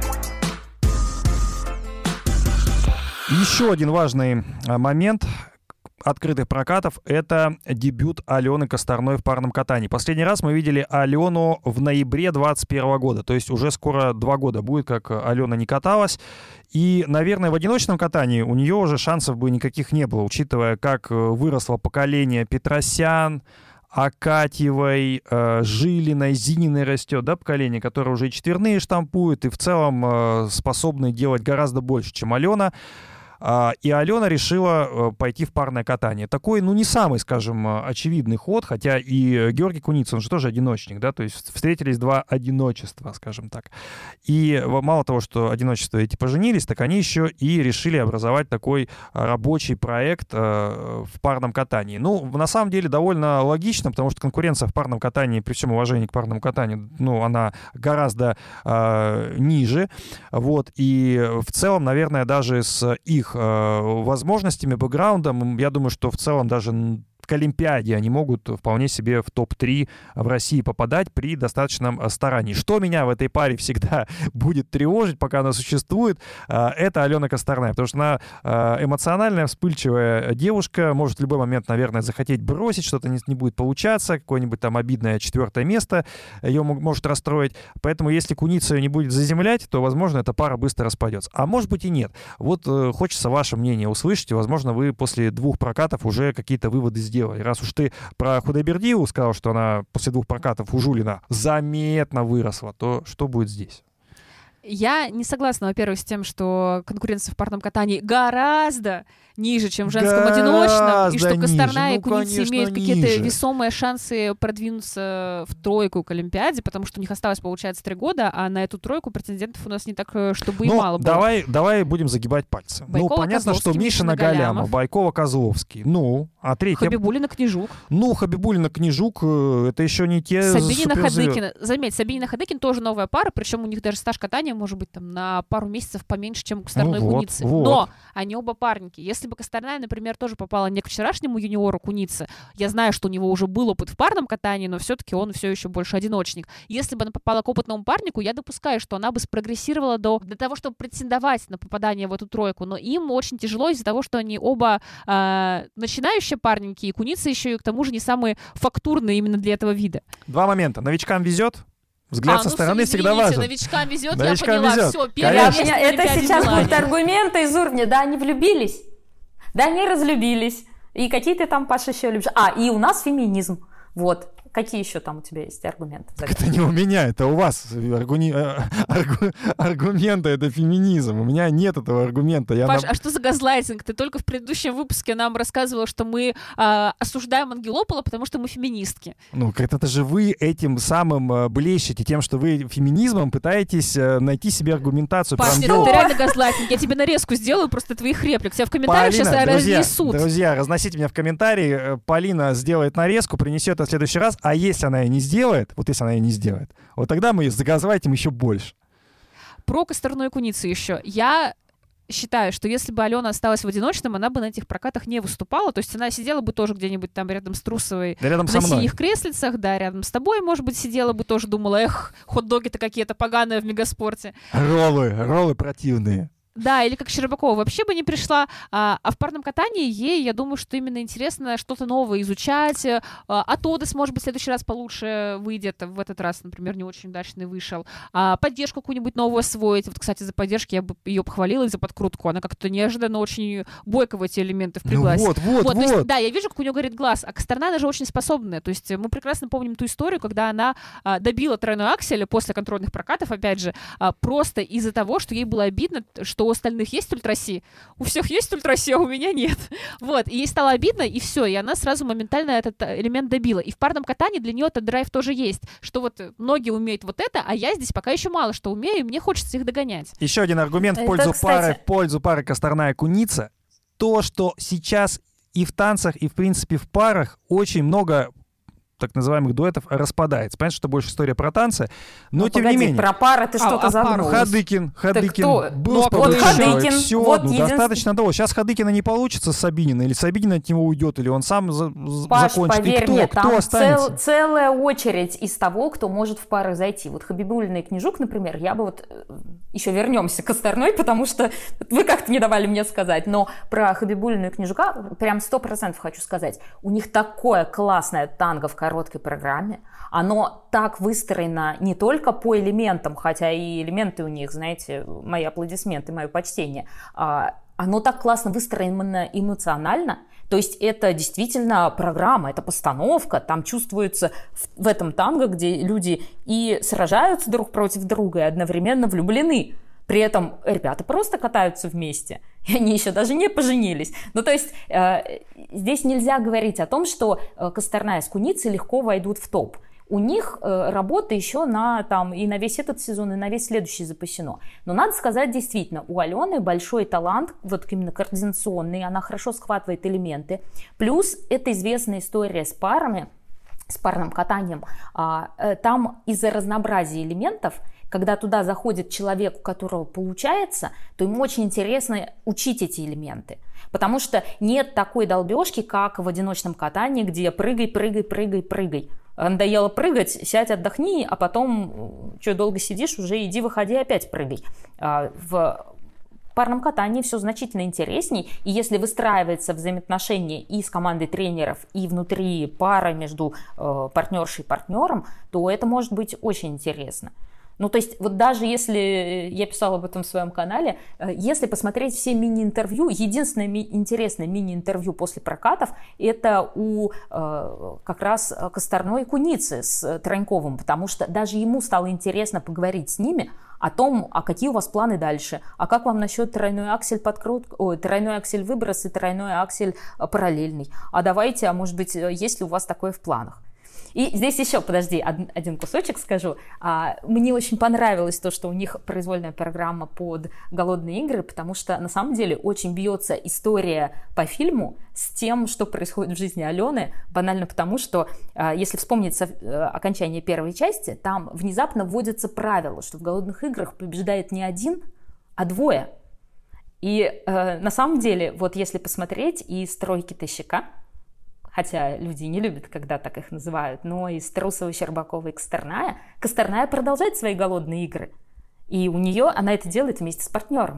Еще один важный момент открытых прокатов — это дебют Алены Косторной в парном катании. Последний раз мы видели Алену в ноябре двадцать первого года, то есть уже скоро два года будет, как Алена не каталась. И, наверное, в одиночном катании у нее уже шансов бы никаких не было, учитывая, как выросло поколение Петросян, Акатьевой, э, Жилиной, Зининой растет, да, поколение, которое уже и четверные штампует, и в целом э, способны делать гораздо больше, чем Алена. И Алена решила пойти в парное катание. Такой, ну, не самый, скажем, очевидный ход, хотя и Георгий Куницын, он же тоже одиночник, да, то есть встретились два одиночества, скажем так. И мало того, что одиночества эти поженились, так они еще и решили образовать такой рабочий проект в парном катании. Ну, на самом деле довольно логично, потому что конкуренция в парном катании, при всем уважении к парному катанию, ну, она гораздо э, ниже, вот, и в целом, наверное, даже с их возможностями, бэкграундом, я думаю, что в целом даже к Олимпиаде они могут вполне себе в топ три в России попадать при достаточном старании. Что меня в этой паре всегда будет тревожить, пока она существует, это Алена Косторная, потому что она эмоциональная, вспыльчивая девушка, может в любой момент, наверное, захотеть бросить, что-то не, не будет получаться, какое-нибудь там обидное четвертое место ее может расстроить. Поэтому если Куница ее не будет заземлять, то, возможно, эта пара быстро распадется. А может быть и нет. Вот э, хочется ваше мнение услышать, и, возможно, вы после двух прокатов уже какие-то выводы сделаете. Делали. Раз уж ты про Худайбердиеву сказал, что она после двух прокатов у Жулина заметно выросла, то что будет здесь? Я не согласна, во-первых, с тем, что конкуренция в парном катании гораздо ниже, чем в женском гораздо одиночном, и что Косторная ниже. и Куница ну, имеют какие-то ниже. весомые шансы продвинуться в тройку к Олимпиаде, потому что у них осталось, получается, три года, а на эту тройку претендентов у нас не так, чтобы ну, и мало было. Давай, давай будем загибать пальцы. Байкова, ну, понятно, что Мишина Галямов, Байкова, Козловский. Ну, а третья... Хабибулина, Книжук. Ну, Хабибулина, Книжук, это еще не те Сабинина, суперзвезды. Ходыкина. Заметь, Сабинина, Ходыкин тоже новая пара, причем у них даже стаж катания может быть там на пару месяцев поменьше, чем у Косторной ну, и вот, Куницы. Вот. Но они оба парники. Если бы Косторная, например, тоже попала не к вчерашнему юниору Куницы, я знаю, что у него уже был опыт в парном катании, но все-таки он все еще больше одиночник. Если бы она попала к опытному парнику, я допускаю, что она бы спрогрессировала до, до того, чтобы претендовать на попадание в эту тройку. Но им очень тяжело из-за того, что они оба э, начинающие парники, и Куница еще и к тому же не самые фактурные именно для этого вида. Два момента. Новичкам везет. Взгляд а, со ну, стороны извините, всегда важен. Новичкам везет, новичкам я поняла, везет. все, Конечно. Это сейчас будут аргументы из уровня, да, они влюбились, да, они разлюбились, и какие ты там, Паша, еще любишь. А, и у нас феминизм, вот. Какие еще там у тебя есть аргументы? Так это не у меня, это у вас аргуни... аргу... аргументы, это феминизм. У меня нет этого аргумента. Я Паш, на... а что за газлайтинг? Ты только в предыдущем выпуске нам рассказывала, что мы э, осуждаем Ангелопола, потому что мы феминистки. Ну, как-то же вы этим самым э, блещете, тем, что вы феминизмом пытаетесь э, найти себе аргументацию. Паш, это реально газлайтинг. Я тебе нарезку сделаю просто твоих реплик. Тебя в комментариях Полина, сейчас друзья, разнесут. Друзья, разносите меня в комментарии. Полина сделает нарезку, принесет это в следующий раз. А если она ее не сделает, вот если она ее не сделает, вот тогда мы загазлайтим еще больше. Про Косторную и Куницу еще. Я считаю, что если бы Алена осталась в одиночном, она бы на этих прокатах не выступала. То есть она сидела бы тоже где-нибудь там рядом с Трусовой, да, рядом на со мной. синих креслицах, да, рядом с тобой, может быть, сидела бы тоже, думала, эх, хот-доги-то какие-то поганые в Мегаспорте. Роллы, роллы противные. Да, или как Щербакова вообще бы не пришла. А, а в парном катании ей, я думаю, что именно интересно что-то новое изучать. А, а Тодес, может быть, в следующий раз получше выйдет. В этот раз, например, не очень удачный вышел. А поддержку какую-нибудь новую освоить. Вот, кстати, за поддержки я бы ее похвалила и за подкрутку. Она как-то неожиданно очень бойко в эти элементы впряглась. Ну вот, вот, вот. вот. Есть, да, я вижу, как у нее горит глаз. А Косторная, она же очень способная. То есть мы прекрасно помним ту историю, когда она а, добила тройной аксель после контрольных прокатов, опять же, а, просто из-за того, что ей было обидно, что у остальных есть ультраси, у всех есть ультраси, а у меня нет. Вот, и ей стало обидно, и все, и она сразу моментально этот элемент добила. И в парном катании для нее этот драйв тоже есть, что вот многие умеют вот это, а я здесь пока еще мало что умею, и мне хочется их догонять. Еще один аргумент в пользу, кстати... пары, в пользу пары Косторная-Куница. То, что сейчас и в танцах, и в принципе в парах очень много так называемых дуэтов распадается. Понятно, что больше история про танцы, но ну, тем погоди, не менее. Про пары ты что-то а, забыл. Хадыкин, Хадыкин был ну, с вот Хадыкин, все, вот ну, единствен... достаточно того. Сейчас Хадыкина не получится с Сабинина, или Сабинин от него уйдет, или он сам за, Паш, закончит. поверь и кто, мне, кто там останется? Цел, целая очередь из того, кто может в пары зайти. Вот Хабибуллина и Книжук, например, я бы вот... Еще вернемся к Косторной, потому что вы как-то не давали мне сказать. Но про Хабибуллину и Книжука прям сто процентов хочу сказать. У них такое классное танго в короткой программе. Оно так выстроено не только по элементам, хотя и элементы у них, знаете, мои аплодисменты, мое почтение. Оно так классно выстроено эмоционально. То есть это действительно программа, это постановка, там чувствуется в, в этом танго, где люди и сражаются друг против друга, и одновременно влюблены. При этом ребята просто катаются вместе, и они еще даже не поженились. Ну, то есть э, здесь нельзя говорить о том, что э, Косторная с Куницей легко войдут в топ. У них э, работа еще на, там, и на весь этот сезон, и на весь следующий запасено. Но надо сказать, действительно, у Алены большой талант, вот именно координационный, она хорошо схватывает элементы. Плюс это известная история с парами, с парным катанием. А, э, там из-за разнообразия элементов, когда туда заходит человек, у которого получается, то ему очень интересно учить эти элементы. Потому что нет такой долбежки, как в одиночном катании, где прыгай, прыгай, прыгай, прыгай. Надоело прыгать, сядь, отдохни, а потом, что долго сидишь, уже иди, выходи, опять прыгай. В парном катании все значительно интересней, и если выстраивается взаимоотношения и с командой тренеров, и внутри пары между партнершей и партнером, то это может быть очень интересно. Ну, то есть, вот даже если, я писала об этом в своем канале, если посмотреть все мини-интервью, единственное ми- интересное мини-интервью после прокатов, это у э, как раз Косторной и Куницы с Троньковым, потому что даже ему стало интересно поговорить с ними о том, а какие у вас планы дальше, а как вам насчет тройной аксель подкрут, ой, тройной аксель выброс и тройной аксель параллельный, а давайте, а может быть, есть ли у вас такое в планах. И здесь еще, подожди, один кусочек скажу. Мне очень понравилось то, что у них произвольная программа под «Голодные игры», потому что на самом деле очень бьется история по фильму с тем, что происходит в жизни Алены, банально потому, что, если вспомнить окончание первой части, там внезапно вводится правило, что в «Голодных играх» побеждает не один, а двое. И на самом деле, вот если посмотреть из «Тройки Тыщика», хотя люди не любят, когда так их называют, но из Трусовой, Щербаковой и Косторная, Косторная продолжает свои голодные игры. И у нее она это делает вместе с партнером.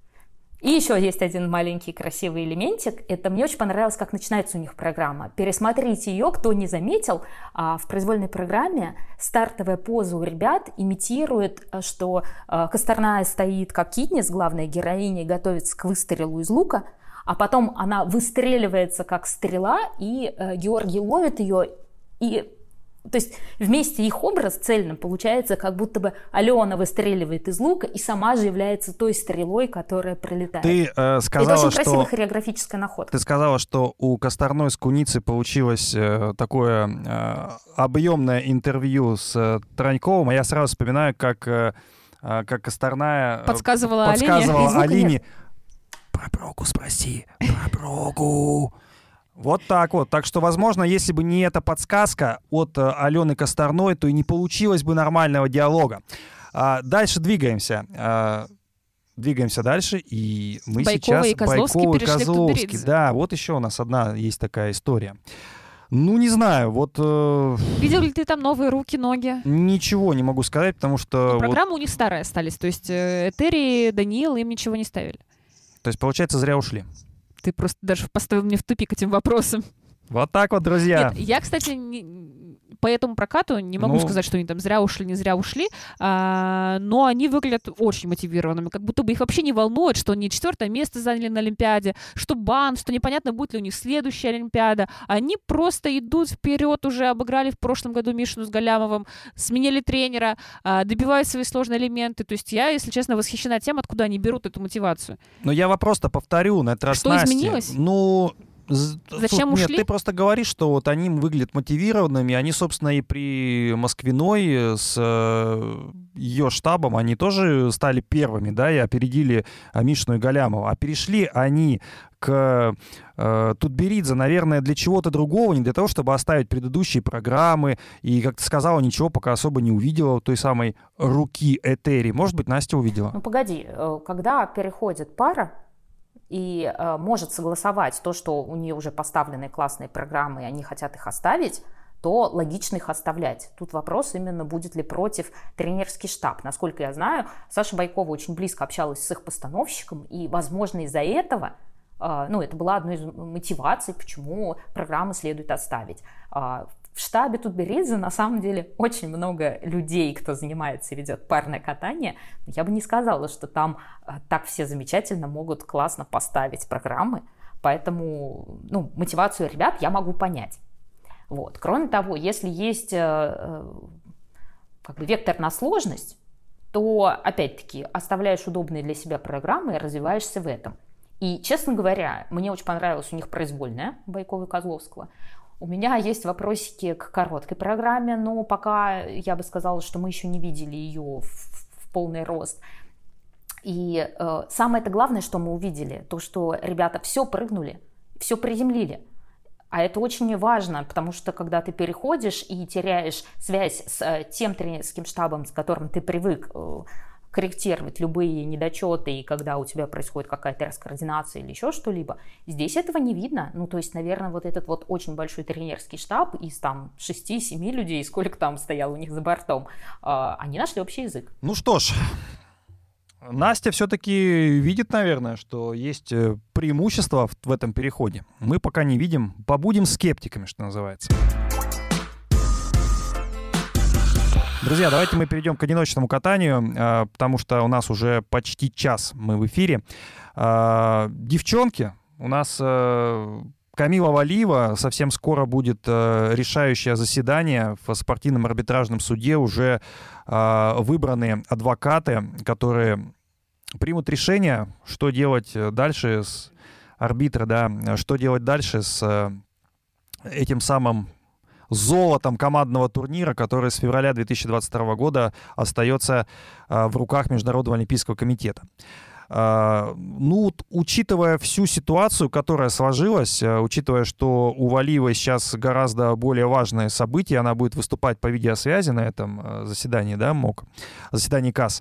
И еще есть один маленький красивый элементик. Это мне очень понравилось, как начинается у них программа. Пересмотрите ее, кто не заметил. В произвольной программе стартовая поза у ребят имитирует, что Косторная стоит как Китнис, главная героиня, и готовится к выстрелу из лука. А потом она выстреливается как стрела, и э, Георгий ловит ее, и то есть вместе их образ цельно получается, как будто бы Алена выстреливает из лука и сама же является той стрелой, которая пролетает. Ты э, сказала, это очень что... красивая хореографическая находка. Ты сказала, что у Косторной с Куницей получилось э, такое э, объемное интервью с э, Троньковым, а я сразу вспоминаю, как, э, как Косторная подсказывала, подсказывала Алине. Про Брогу спроси, про Брогу. Вот так вот. Так что, возможно, если бы не эта подсказка от э, Алены Косторной, то и не получилось бы нормального диалога. А, дальше двигаемся. А, двигаемся дальше, и мы Байкова сейчас... и Козловский Байкова и перешли к Козловский. Тутберидзе. Да, вот еще у нас одна есть такая история. Ну, не знаю, вот... Э, Видел ли ты там новые руки, ноги? Ничего не могу сказать, потому что... Ну, программы вот, у них старые остались, то есть э, Этери, Даниил им ничего не ставили. то есть, получается, зря ушли. Ты просто даже поставил меня в тупик этим вопросом. Вот так вот, друзья. Нет, я, кстати, не, по этому прокату не могу Ну, сказать, что они там зря ушли, не зря ушли, а, но они выглядят очень мотивированными, как будто бы их вообще не волнует, что они четвертое место заняли на Олимпиаде, что бан, что непонятно, будет ли у них следующая Олимпиада. Они просто идут вперед, уже обыграли в прошлом году Мишину с Галямовым, сменили тренера, а, добивают свои сложные элементы. То есть я, если честно, восхищена тем, откуда они берут эту мотивацию. Но я вопрос-то повторю на этот раз, Что Насте. изменилось? Ну... Зачем Нет, ушли? ты просто говоришь, что вот они выглядят мотивированными. Они, собственно, и при Москвиной с э, ее штабом, они тоже стали первыми, да, и опередили Мишину и Галямова. А перешли они к э, Тутберидзе, наверное, для чего-то другого, не для того, чтобы оставить предыдущие программы. И, как ты сказала, ничего пока особо не увидела той самой руки Этери. Может быть, Настя увидела? Ну, погоди, когда переходит пара, и э, может согласовать то, что у нее уже поставлены классные программы, и они хотят их оставить, то логично их оставлять. Тут вопрос именно, будет ли против тренерский штаб. Насколько я знаю, Саша Байкова очень близко общалась с их постановщиком, и, возможно, из-за этого, э, ну, это была одной из мотиваций, почему программы следует оставить. Э, В штабе Тутберидзе на самом деле очень много людей, кто занимается и ведет парное катание. Я бы не сказала, что там так все замечательно могут классно поставить программы. Поэтому ну, мотивацию ребят я могу понять. Вот. Кроме того, если есть э, как бы вектор на сложность, то опять-таки оставляешь удобные для себя программы и развиваешься в этом. И, честно говоря, мне очень понравилась у них произвольная Байкова и Козловского. У меня есть вопросики к короткой программе, но пока я бы сказала, что мы еще не видели ее в, в полный рост. И э, самое-то главное, что мы увидели, то, что ребята все прыгнули, все приземлили. А это очень важно, потому что когда ты переходишь и теряешь связь с э, тем тренерским штабом, с которым ты привык э, корректировать любые недочеты, и когда у тебя происходит какая-то раскоординация или еще что-либо, здесь этого не видно. Ну, то есть, наверное, вот этот вот очень большой тренерский штаб из там шести-семи людей, сколько там стояло у них за бортом, э, они нашли общий язык. Ну что ж, Настя все-таки видит, наверное, что есть преимущество в, в этом переходе. Мы пока не видим, побудем скептиками, что называется. Друзья, давайте мы перейдем к одиночному катанию, потому что у нас уже почти час мы в эфире. Девчонки, у нас Камила Валиева, совсем скоро будет решающее заседание в спортивном арбитражном суде. Уже выбраны адвокаты, которые примут решение, что делать дальше с арбитра, да, что делать дальше с этим самым золотом командного турнира, который с февраля две тысячи двадцать второго года остается в руках Международного олимпийского комитета. Ну, учитывая всю ситуацию, которая сложилась, учитывая, что у Валиевой сейчас гораздо более важное событие, она будет выступать по видеосвязи на этом заседании, да, МОК, заседании КАС,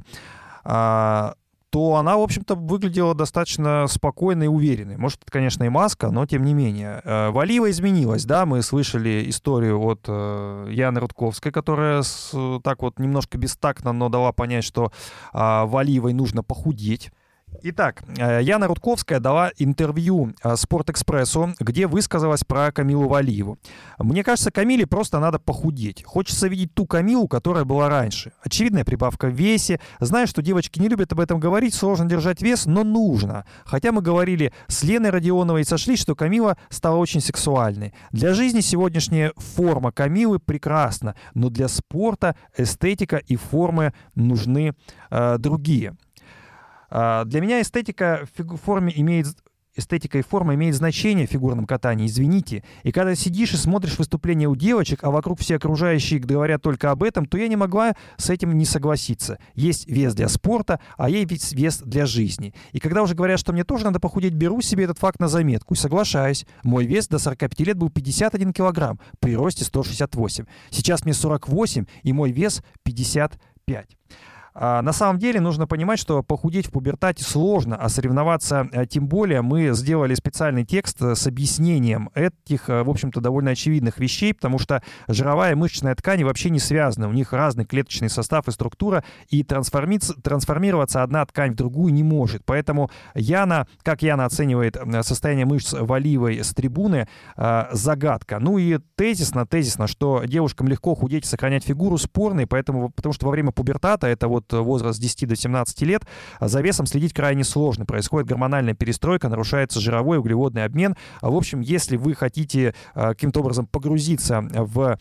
то она, в общем-то, выглядела достаточно спокойной и уверенной. Может, это, конечно, и маска, но тем не менее. Валиева изменилась, да, мы слышали историю от Яны Рудковской, которая так вот немножко бестактно, но дала понять, что Валиевой нужно похудеть. Итак, Яна Рудковская дала интервью Спортэкспрессу, где высказалась про Камилу Валиеву. Мне кажется, Камиле просто надо похудеть. Хочется видеть ту Камилу, которая была раньше. Очевидная прибавка в весе. Знаю, что девочки не любят об этом говорить, сложно держать вес, но нужно. Хотя мы говорили с Леной Родионовой и сошлись, что Камила стала очень сексуальной. Для жизни сегодняшняя форма Камилы прекрасна, но для спорта эстетика и формы нужны э, другие. Для меня эстетика в форме имеет... Эстетика и форма имеет значение в фигурном катании, извините. И когда сидишь и смотришь выступления у девочек, а вокруг все окружающие говорят только об этом, то я не могла с этим не согласиться. Есть вес для спорта, а есть вес для жизни. И когда уже говорят, что мне тоже надо похудеть, беру себе этот факт на заметку и соглашаюсь. Мой вес до сорока пяти лет был пятьдесят один килограмм, при росте сто шестьдесят восемь. Сейчас мне сорок восемь, и мой вес пятьдесят пять. А на самом деле нужно понимать, что похудеть в пубертате сложно, а соревноваться тем более. Мы сделали специальный текст с объяснением этих, в общем-то, довольно очевидных вещей, потому что жировая и мышечная ткани вообще не связаны. У них разный клеточный состав и структура, и трансформироваться одна ткань в другую не может. Поэтому Яна, как Яна оценивает состояние мышц Валиевой с трибуны, загадка. Ну и тезисно, тезисно, что девушкам легко худеть и сохранять фигуру, спорный, поэтому, потому что во время пубертата, это вот возраст с десяти до семнадцати лет, за весом следить крайне сложно. Происходит гормональная перестройка, нарушается жировой и углеводный обмен. В общем, если вы хотите каким-то образом погрузиться в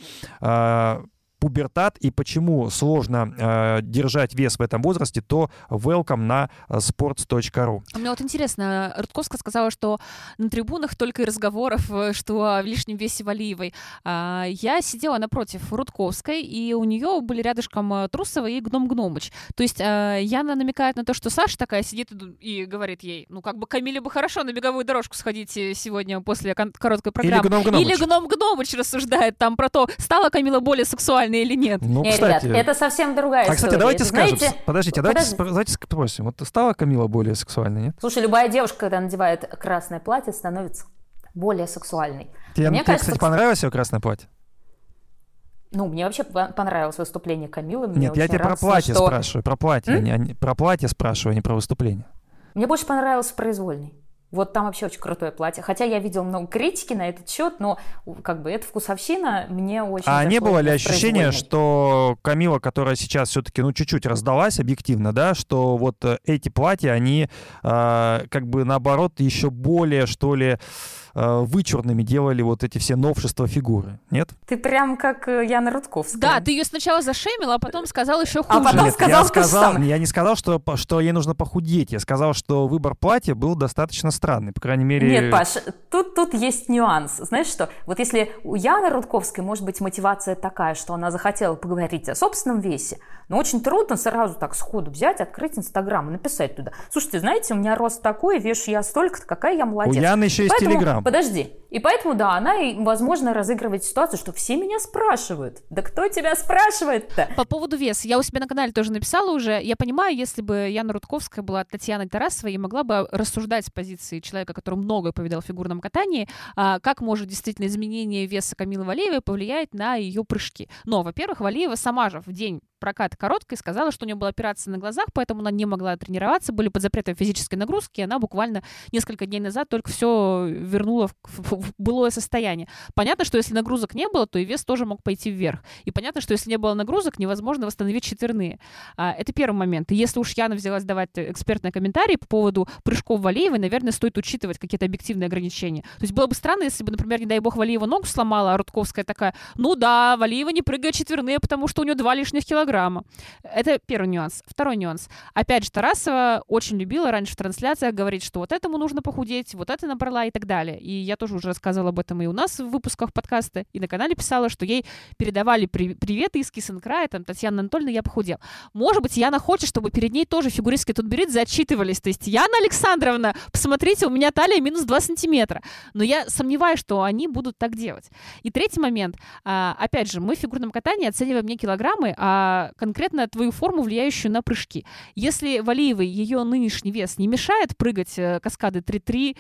пубертат и почему сложно э, держать вес в этом возрасте, то welcome на sports точка ру. Мне вот интересно, Рудковская сказала, что на трибунах только и разговоров, что о лишнем весе Валиевой. А, я сидела напротив Рудковской, и у нее были рядышком Трусова и Гном Гномыч. То есть а, Яна намекает на то, что Саша такая сидит и говорит ей, ну как бы Камиле бы хорошо на беговую дорожку сходить сегодня после кон- короткой программы. Или Гном Гномыч. Или Гном Гномыч рассуждает там про то, стала Камила более сексуальной или нет. Ну, Нет, кстати... ребят, это совсем другая история. А, кстати, давайте это, скажем, знаете... подождите, а давайте, Подожди. давайте спросим, вот стала Камила более сексуальной, нет? Слушай, любая девушка, когда надевает красное платье, становится более сексуальной. Тебе, мне тебе кажется, кстати, понравилось ее красное платье? Ну, мне вообще понравилось выступление Камилы. Мне Нет, я тебе про платье что... спрашиваю, про платье, не, не, про платье спрашиваю, а не про выступление. Мне больше понравилось в произвольной. Вот там вообще очень крутое платье. Хотя я видела много критики на этот счет, но как бы это вкусовщина мне очень А не было ли ощущения, произвольной. что Камила, которая сейчас все-таки ну чуть-чуть раздалась объективно, да, что вот эти платья, они э, как бы наоборот еще более, что ли, вычурными делали вот эти все новшества фигуры, нет? Ты прям как Яна Рудковская. Да, ты ее сначала зашемила, а потом сказал еще хуже. А потом нет, сказал, я, сказал что я не сказал, что, что ей нужно похудеть, я сказал, что выбор платья был достаточно странный, по крайней мере... Нет, Паш, тут, тут есть нюанс. Знаешь что, вот если у Яны Рудковской может быть мотивация такая, что она захотела поговорить о собственном весе, но очень трудно сразу так сходу взять, открыть Инстаграм и написать туда: слушайте, знаете, у меня рост такой, вешу я столько-то, какая я молодец. У Яны еще есть Телеграм. Подожди. И поэтому, да, она, возможно, разыгрывает ситуацию, что все меня спрашивают. Да кто тебя спрашивает-то? По поводу веса. Я у себя на канале тоже написала уже. Я понимаю, если бы Яна Рудковская была Татьяной Тарасовой и могла бы рассуждать с позиции человека, который многое повидал в фигурном катании, как может действительно изменение веса Камилы Валиевой повлиять на ее прыжки. Но, во-первых, Валиева сама же в день проката короткой сказала, что у нее была операция на глазах, поэтому она не могла тренироваться, были под запретом физической нагрузки, и она буквально несколько дней назад только все вернула в, в, в былое состояние. Понятно, что если нагрузок не было, то и вес тоже мог пойти вверх. И понятно, что если не было нагрузок, невозможно восстановить четверные. А, это первый момент. И если уж Яна взялась давать экспертные комментарии по поводу прыжков Валиевой, наверное, стоит учитывать какие-то объективные ограничения. То есть было бы странно, если бы, например, не дай бог, Валиева ногу сломала, а Рудковская такая: ну да, Валиева не прыгает четверные, потому что у нее два лишних килограмма. Это первый нюанс. Второй нюанс. Опять же, Тарасова очень любила раньше в трансляциях говорить, что вот этому нужно похудеть, вот это набрала и так далее. И я тоже уже рассказывала об этом и у нас в выпусках подкаста, и на канале писала, что ей передавали при- приветы из Киссинкрая, там, Татьяна Анатольевна, я похудел. Может быть, Яна хочет, чтобы перед ней тоже фигуристки Тутберидзе отчитывались. То есть: Яна Александровна, посмотрите, у меня талия минус два сантиметра. Но я сомневаюсь, что они будут так делать. И третий момент. А, опять же, мы в фигурном катании оцениваем не килограммы, а конкретно твою форму, влияющую на прыжки. Если Валиевой ее нынешний вес не мешает прыгать каскады три-три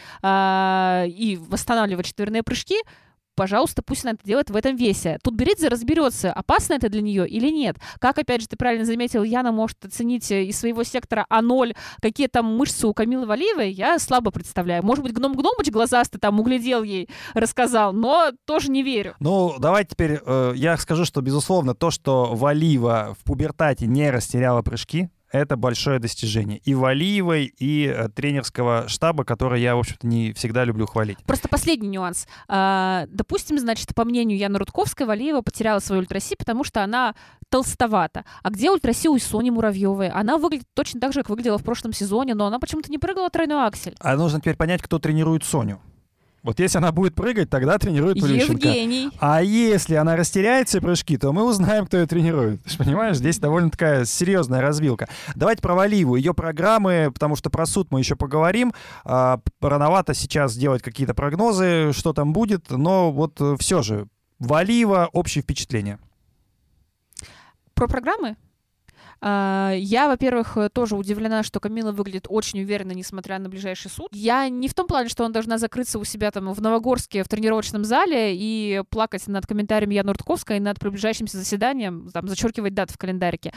а, и восстанавливать четверные прыжки, пожалуйста, пусть она это делает в этом весе. Тутберидзе разберется, опасно это для нее или нет. Как, опять же, ты правильно заметил, Яна может оценить из своего сектора А ноль, какие там мышцы у Камилы Валиевой, я слабо представляю. Может быть, Гном Гномыч глазастый там углядел ей, рассказал, но тоже не верю. Ну, давай теперь э, я скажу, что, безусловно, то, что Валиева в пубертате не растеряла прыжки, это большое достижение и Валиевой, и э, тренерского штаба, который я, в общем-то, не всегда люблю хвалить. Просто последний нюанс. А, допустим, значит, по мнению Яны Рудковской, Валиева потеряла свою ультраси, потому что она толстовата. А где ультраси у Сони Муравьевой? Она выглядит точно так же, как выглядела в прошлом сезоне, но она почему-то не прыгала тройной аксель. А нужно теперь понять, кто тренирует Соню. Вот если она будет прыгать, тогда тренирует Полищенко. Евгений. А если она растеряет все прыжки, то мы узнаем, кто ее тренирует. Ты же понимаешь, здесь довольно такая серьезная развилка. Давайте про Валиеву, ее программы, потому что про суд мы еще поговорим. А, рановато сейчас делать какие-то прогнозы, что там будет, но вот все же. Валиева, общее впечатление. Про программы? Я, во-первых, тоже удивлена, что Камила выглядит очень уверенно, несмотря на ближайший суд. Я не в том плане, что она должна закрыться у себя там в Новогорске в тренировочном зале и плакать над комментариями Яны Рудковской и над приближающимся заседанием, там, зачеркивать даты в календарике.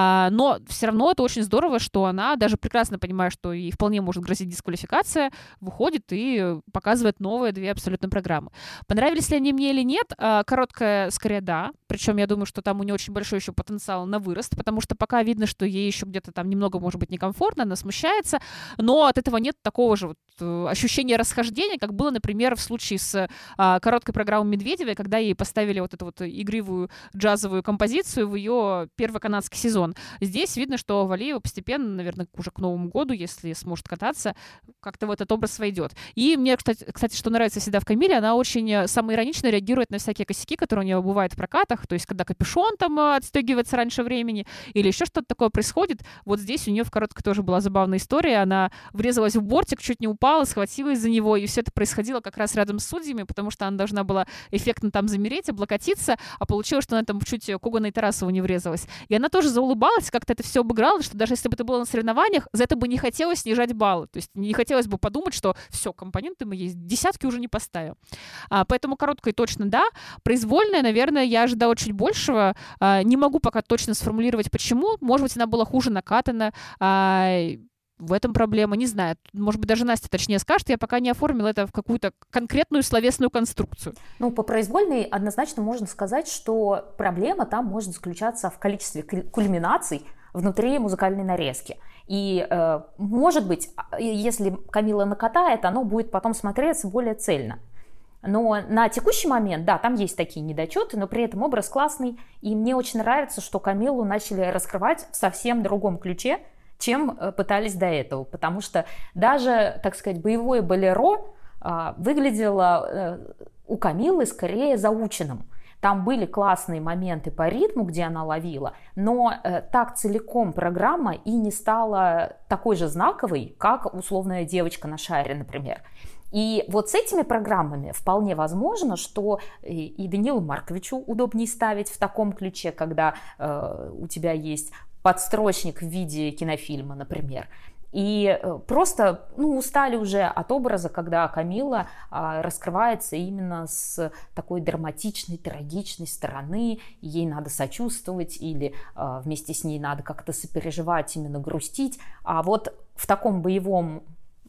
Но все равно это очень здорово, что она, даже прекрасно понимая, что ей вполне может грозить дисквалификация, выходит и показывает новые две абсолютно программы. Понравились ли они мне или нет? Короткая, скорее, да. Причем я думаю, что там у нее очень большой еще потенциал на вырост, потому что пока видно, что ей еще где-то там немного, может быть, некомфортно, она смущается, но от этого нет такого же вот ощущения расхождения, как было, например, в случае с а, короткой программой Медведевой, когда ей поставили вот эту вот игривую джазовую композицию в ее первый канадский сезон. Здесь видно, что Валиева постепенно, наверное, уже к Новому году, если сможет кататься, как-то в этот образ войдет. И мне, кстати, кстати, что нравится всегда в Камиле, она очень самоиронично реагирует на всякие косяки, которые у нее бывают в прокатах, то есть когда капюшон там отстегивается раньше времени или еще что-то такое происходит. Вот здесь у нее в короткой тоже была забавная история. Она врезалась в бортик, чуть не упала, схватилась за него, и все это происходило как раз рядом с судьями, потому что она должна была эффектно там замереть, облокотиться, а получилось, что она там чуть к Огану Тарасову не врезалась. И она тоже заулыбалась, как-то это все обыграла, что даже если бы это было на соревнованиях, за это бы не хотелось снижать баллы. То есть не хотелось бы подумать, что все, компоненты мы есть, десятки уже не поставим. А, поэтому короткой точно да. Произвольная, наверное, я ожидала чуть большего. А, не могу пока точно сформулировать, почему. Может быть, она была хуже накатана. А, в этом проблема, не знаю. Может быть, даже Настя точнее скажет. Я пока не оформила это в какую-то конкретную словесную конструкцию. Ну, по произвольной однозначно можно сказать, что проблема там может заключаться в количестве кульминаций внутри музыкальной нарезки. И, э, может быть, если Камила накатает, оно будет потом смотреться более цельно. Но на текущий момент, да, там есть такие недочеты, но при этом образ классный. И мне очень нравится, что Камилу начали раскрывать в совсем другом ключе, чем пытались до этого. Потому что даже, так сказать, боевое болеро а, выглядело а, у Камилы скорее заученным. Там были классные моменты по ритму, где она ловила, но э, так целиком программа и не стала такой же знаковой, как условная девочка на шаре, например. И вот с этими программами вполне возможно, что и Даниилу Марковичу удобнее ставить в таком ключе, когда э, у тебя есть подстрочник в виде кинофильма, например. И просто ну, устали уже от образа, когда Камила а, раскрывается именно с такой драматичной, трагичной стороны, и ей надо сочувствовать или а, вместе с ней надо как-то сопереживать, именно грустить. А вот в таком боевом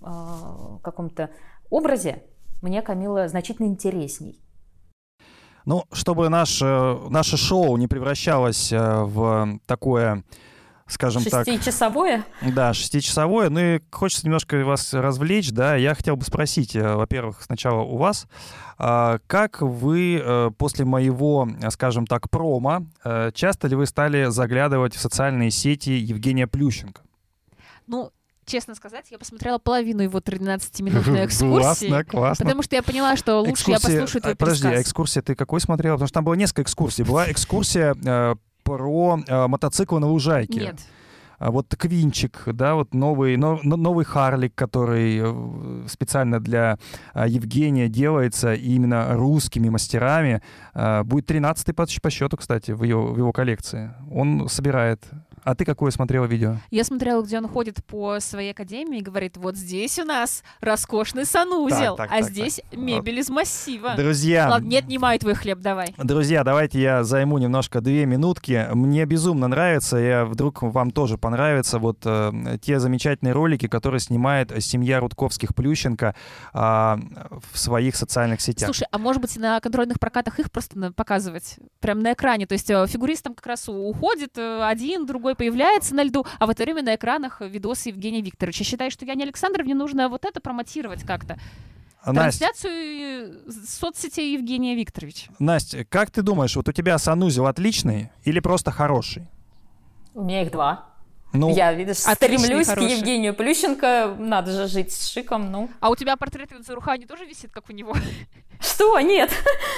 а, каком-то образе мне Камила значительно интересней. Ну, чтобы наш, наше шоу не превращалось в такое, скажем так... Шестичасовое? Да, шестичасовое. Ну и хочется немножко вас развлечь, да. Я хотел бы спросить, во-первых, сначала у вас, как вы после моего, скажем так, промо, часто ли вы стали заглядывать в социальные сети Евгения Плющенко? Ну, честно сказать, я посмотрела половину его тринадцатиминутной экскурсии. Классно, классно. Потому что я поняла, что лучше экскурсия... я послушаю твой Подожди, пересказ. а экскурсия ты какой смотрела? Потому что там было несколько экскурсий. Была экскурсия э, про э, мотоциклы на лужайке. Нет. А вот Квинчик, да, вот новый, но, новый Харлик, который специально для а, Евгения делается именно русскими мастерами. А, будет тринадцатый по, по счету, кстати, в, ее, в его коллекции. Он собирает. А ты какое смотрела видео? Я смотрела, где он ходит по своей академии и говорит, вот здесь у нас роскошный санузел, так, так, а так, здесь так. мебель вот. Из массива. Друзья... Ладно, не отнимай твой хлеб, давай. Друзья, давайте я займу немножко две минутки. Мне безумно нравится, я вдруг вам тоже понравится, вот э, те замечательные ролики, которые снимает семья Рудковских-Плющенко э, в своих социальных сетях. Слушай, а может быть на контрольных прокатах их просто показывать прямо на экране? То есть фигурист там как раз уходит, один, другой появляется на льду, а в это время на экранах видосы Евгения Викторовича. Считаю, что Яне Александровне нужно вот это промотировать как-то. Трансляцию соцсетей Евгения Викторовича. Настя, как ты думаешь, вот у тебя санузел отличный или просто хороший? У меня их два. Ну, я, видишь, стремлюсь к Евгению Плющенко, надо же жить с шиком, ну. А у тебя портрет Винца Рухани тоже висит, как у него? Что? Нет.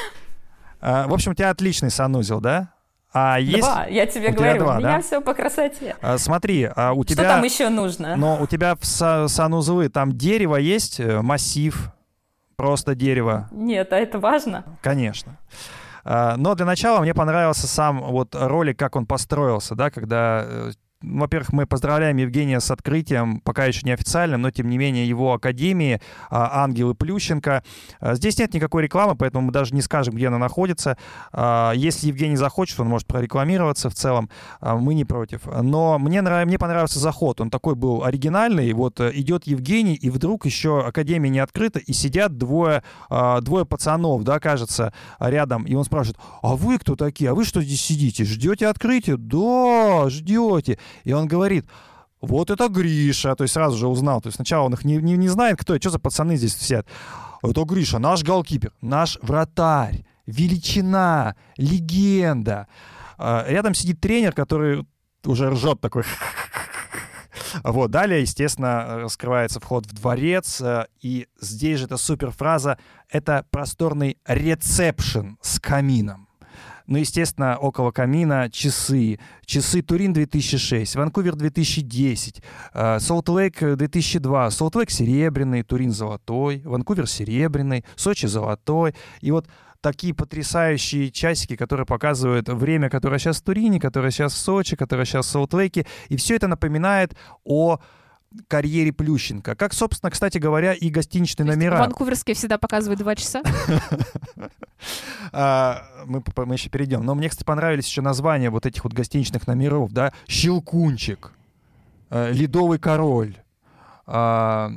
А, в общем, у тебя отличный санузел, да? А есть... Два, я тебе у говорю, два, у меня да? все по красоте. А, смотри, а у тебя... Что там еще нужно? Но у тебя в са- санузлы там дерево есть, массив, просто дерево? Нет, а это важно? Конечно. Но для начала мне понравился сам вот ролик, как он построился, да, когда... Во-первых, мы поздравляем Евгения с открытием, пока еще не официальным, но тем не менее его академии «Ангелы Плющенко». Здесь нет никакой рекламы, поэтому мы даже не скажем, где она находится. Если Евгений захочет, он может прорекламироваться в целом, мы не против. Но мне, нрав... мне понравился заход, он такой был оригинальный. Вот идет Евгений, и вдруг еще академия не открыта, и сидят двое, двое пацанов, да, кажется, рядом. И он спрашивает: а вы кто такие? А вы что здесь сидите? Ждете открытия? Да, ждете. И он говорит: вот это Гриша. То есть сразу же узнал. То есть сначала он их не, не, не знает, кто это, что за пацаны здесь сидят. Это Гриша, наш голкипер, наш вратарь, величина, легенда. Рядом сидит тренер, который уже ржет такой. Вот, далее, естественно, раскрывается вход в дворец, и здесь же эта суперфраза — это просторный ресепшн с камином. Ну, естественно, около камина часы. Часы Турин две тысячи шесть, Ванкувер две тысячи десять, Солт-Лейк две тысячи два. Солт-Лейк серебряный, Турин золотой, Ванкувер серебряный, Сочи золотой. И вот такие потрясающие часики, которые показывают время, которое сейчас в Турине, которое сейчас в Сочи, которое сейчас в Солт-Лейке. И все это напоминает о карьере Плющенко. Как, собственно, кстати говоря, и гостиничные номера. Ванкуверские всегда показывают два часа. Мы, мы еще перейдем. Но мне, кстати, понравились еще названия вот этих вот гостиничных номеров, да. Щелкунчик, Ледовый король, что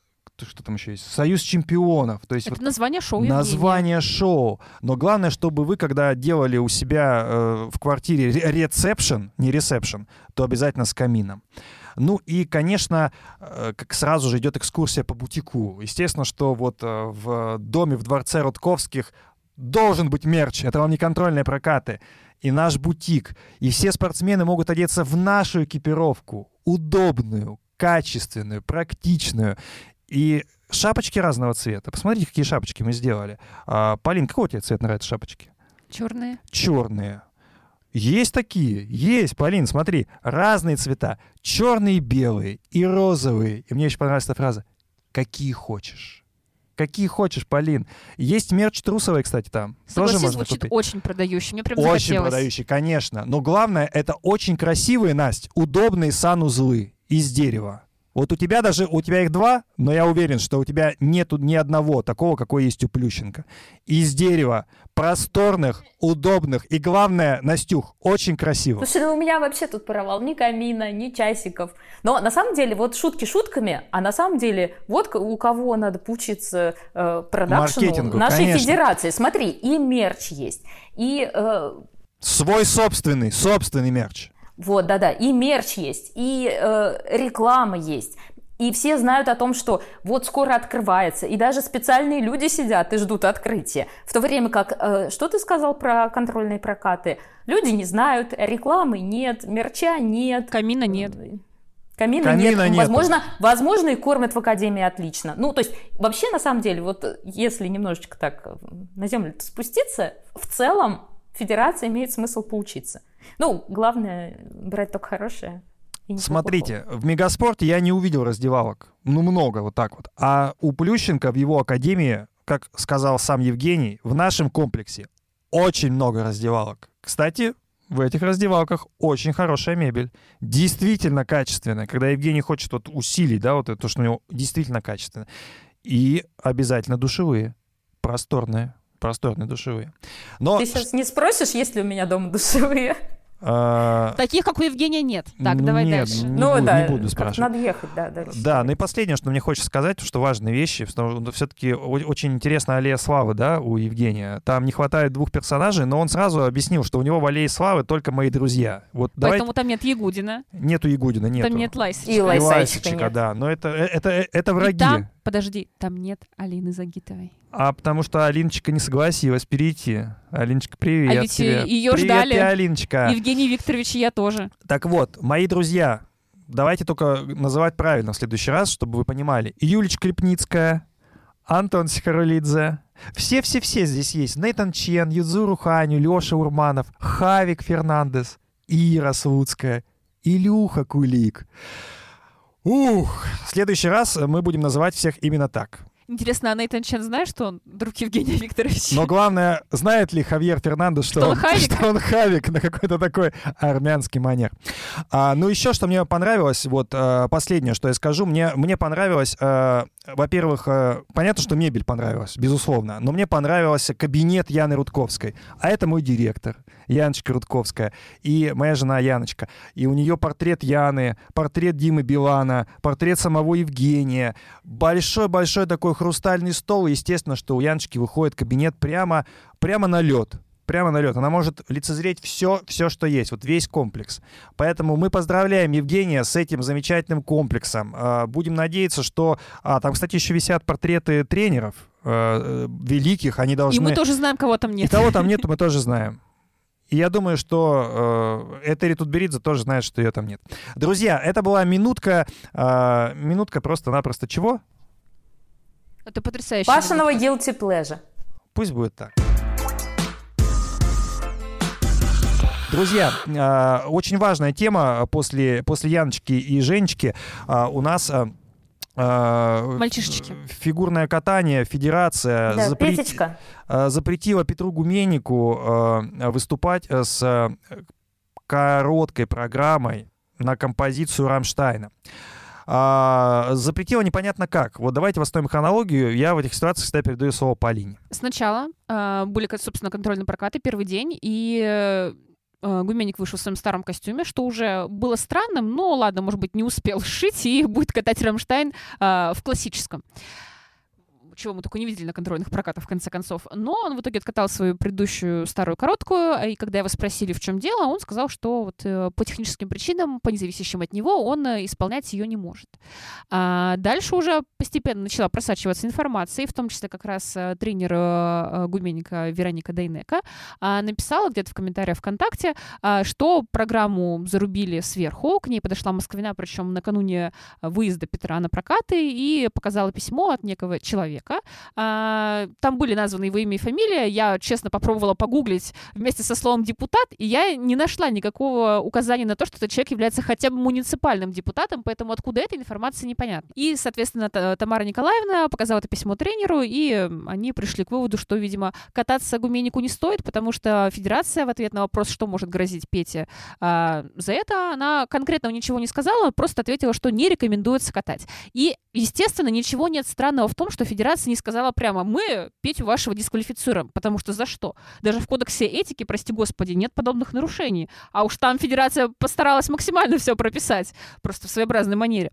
там еще есть? Союз чемпионов. То есть это вот название шоу. Название шоу. Но главное, чтобы вы, когда делали у себя э, в квартире ресепшн, не ресепшн, то обязательно с камином. Ну и, конечно, как сразу же идет экскурсия по бутику. Естественно, что вот в доме, в дворце Рудковских должен быть мерч. Это вам не контрольные прокаты. И наш бутик. И все спортсмены могут одеться в нашу экипировку. Удобную, качественную, практичную. И шапочки разного цвета. Посмотрите, какие шапочки мы сделали. А, Полин, какой тебе цвет нравится шапочки? Черные. Черные. Есть такие, есть, Полин, смотри, разные цвета, черные и белые, и розовые. И мне еще понравилась эта фраза: какие хочешь. Какие хочешь, Полин. Есть мерч трусовый, кстати, там. Согласись, тоже можно звучит купить. Очень продающий. Мне прям Очень захотелось. продающий, конечно. Но главное, это очень красивые, Настя, удобные санузлы из дерева. Вот у тебя даже, у тебя их два, но я уверен, что у тебя нету ни одного такого, какой есть у Плющенко. Из дерева, просторных, удобных и, главное, Настюх, очень красиво. Слушай, ну у меня вообще тут провал. Ни камина, ни часиков. Но на самом деле, вот шутки шутками, а на самом деле, вот у кого надо поучиться э, продакшену Маркетингу, нашей конечно. федерации. Смотри, и мерч есть, и... Э, Свой собственный, собственный мерч. Вот, да-да, и мерч есть, и э, реклама есть, и все знают о том, что вот скоро открывается, и даже специальные люди сидят и ждут открытия. В то время как, э, что ты сказал про контрольные прокаты? Люди не знают, рекламы нет, мерча нет. Камина нет. Камина, Камина нет. нету. Возможно, возможно, и кормят в академии отлично. Ну, то есть, вообще, на самом деле, вот если немножечко так на землю спуститься, в целом федерация имеет смысл поучиться. Ну, главное, брать только хорошее. Смотрите, в Мегаспорте я не увидел раздевалок. Ну, много вот так вот. А у Плющенко в его академии, как сказал сам Евгений, в нашем комплексе очень много раздевалок. Кстати, в этих раздевалках очень хорошая мебель. Действительно качественная. Когда Евгений хочет вот усилить, да, вот это, то, что у него действительно качественно. И обязательно душевые, просторные. Просторные душевые. Но... Ты сейчас не спросишь, есть ли у меня дома душевые? А... Таких, как у Евгения, нет. Так, давай нет, дальше. Не ну буду, да, не буду спрашивать. Надо ехать, да, дальше. Да, ну и последнее, что мне хочется сказать, что важные вещи, потому что все-таки очень интересна аллея славы, да, у Евгения. Там не хватает двух персонажей, но он сразу объяснил, что у него в аллее славы только мои друзья. Вот Поэтому давай... там нет Ягудина. Нету Ягудина, нету. Там нет Лайсичка. И Лайсичка нет. Да, но это, это, это враги. И там, подожди, там нет Алины Загитовой. А потому что Алиночка не согласилась перейти. Алиночка, привет А ведь тебе. ее Привет ждали. тебе, Алиночка. Евгений Викторович и я тоже. Так вот, мои друзья, давайте только называть правильно в следующий раз, чтобы вы понимали. Юлечка Лепницкая, Антон Сихарулидзе. Все-все-все здесь есть. Нейтан Чен, Юдзуру Ханю, Леша Урманов, Хавик Фернандес, Ира Слуцкая, Илюха Кулик. Ух, в следующий раз мы будем называть всех именно так. Интересно, а Нейтан Чен знает, что он друг Евгения Викторовича? Но главное, знает ли Хавьер Фернандес, что, что, он, он что он хавик на какой-то такой армянский манер. А, ну, еще что мне понравилось, вот а, последнее, что я скажу, мне, мне понравилось, а, во-первых, а, понятно, что мебель понравилась, безусловно, но мне понравился кабинет Яны Рудковской. А это мой директор, Яночка Рудковская, и моя жена Яночка. И у нее портрет Яны, портрет Димы Билана, портрет самого Евгения, большой-большой такой хрустальный стол. Естественно, что у Яночки выходит кабинет прямо, прямо на лед. Прямо на лед. Она может лицезреть все, все, что есть, вот весь комплекс. Поэтому мы поздравляем Евгения с этим замечательным комплексом. Будем надеяться, что... А, там, кстати, еще висят портреты тренеров великих. Они должны... И мы тоже знаем, кого там нет. И кого там нету, мы тоже знаем. И я думаю, что э, Этери Тутберидзе тоже знает, что ее там нет. Друзья, это была минутка, э, минутка просто-напросто чего? Это потрясающе. Пашиного guilty pleasure. Пусть будет так. Друзья, э, очень важная тема после, после Яночки и Женечки. Э, у нас... Э, Мальчишечки. Фигурное катание, федерация да, запрет... Петечка. запретила Петру Гуменнику выступать с короткой программой на композицию Рамштайна. Запретила непонятно как. Вот давайте восстановим хронологию. Я в этих ситуациях всегда передаю слово Полине. Сначала были, собственно, контрольные прокаты, первый день, и... Гуменник вышел в своем старом костюме, что уже было странным, но ладно, может быть, не успел сшить и будет катать Рамштайн э, в классическом. Чего мы только не видели на контрольных прокатах, в конце концов. Но он в итоге откатал свою предыдущую старую короткую, и когда его спросили, в чем дело, он сказал, что вот по техническим причинам, по независящим от него, он исполнять ее не может. А дальше уже постепенно начала просачиваться информация, в том числе как раз тренер Гуменника Вероника Дейнека написала где-то в комментариях ВКонтакте, что программу зарубили сверху, к ней подошла Москвина, причем накануне выезда Петра на прокаты, и показала письмо от некого человека. Там были названы его имя и фамилия. Я, честно, попробовала погуглить вместе со словом «депутат», и я не нашла никакого указания на то, что этот человек является хотя бы муниципальным депутатом, поэтому откуда эта информация, непонятно. И, соответственно, Тамара Николаевна показала это письмо тренеру, и они пришли к выводу, что, видимо, кататься Гуменнику не стоит, потому что федерация в ответ на вопрос, что может грозить Пете за это, она конкретно ничего не сказала, просто ответила, что не рекомендуется катать. И, естественно, ничего нет странного в том, что федерация не сказала прямо: мы Петю вашего дисквалифицируем, потому что за что? Даже в кодексе этики, прости господи, нет подобных нарушений. А уж там федерация постаралась максимально все прописать, просто в своеобразной манере.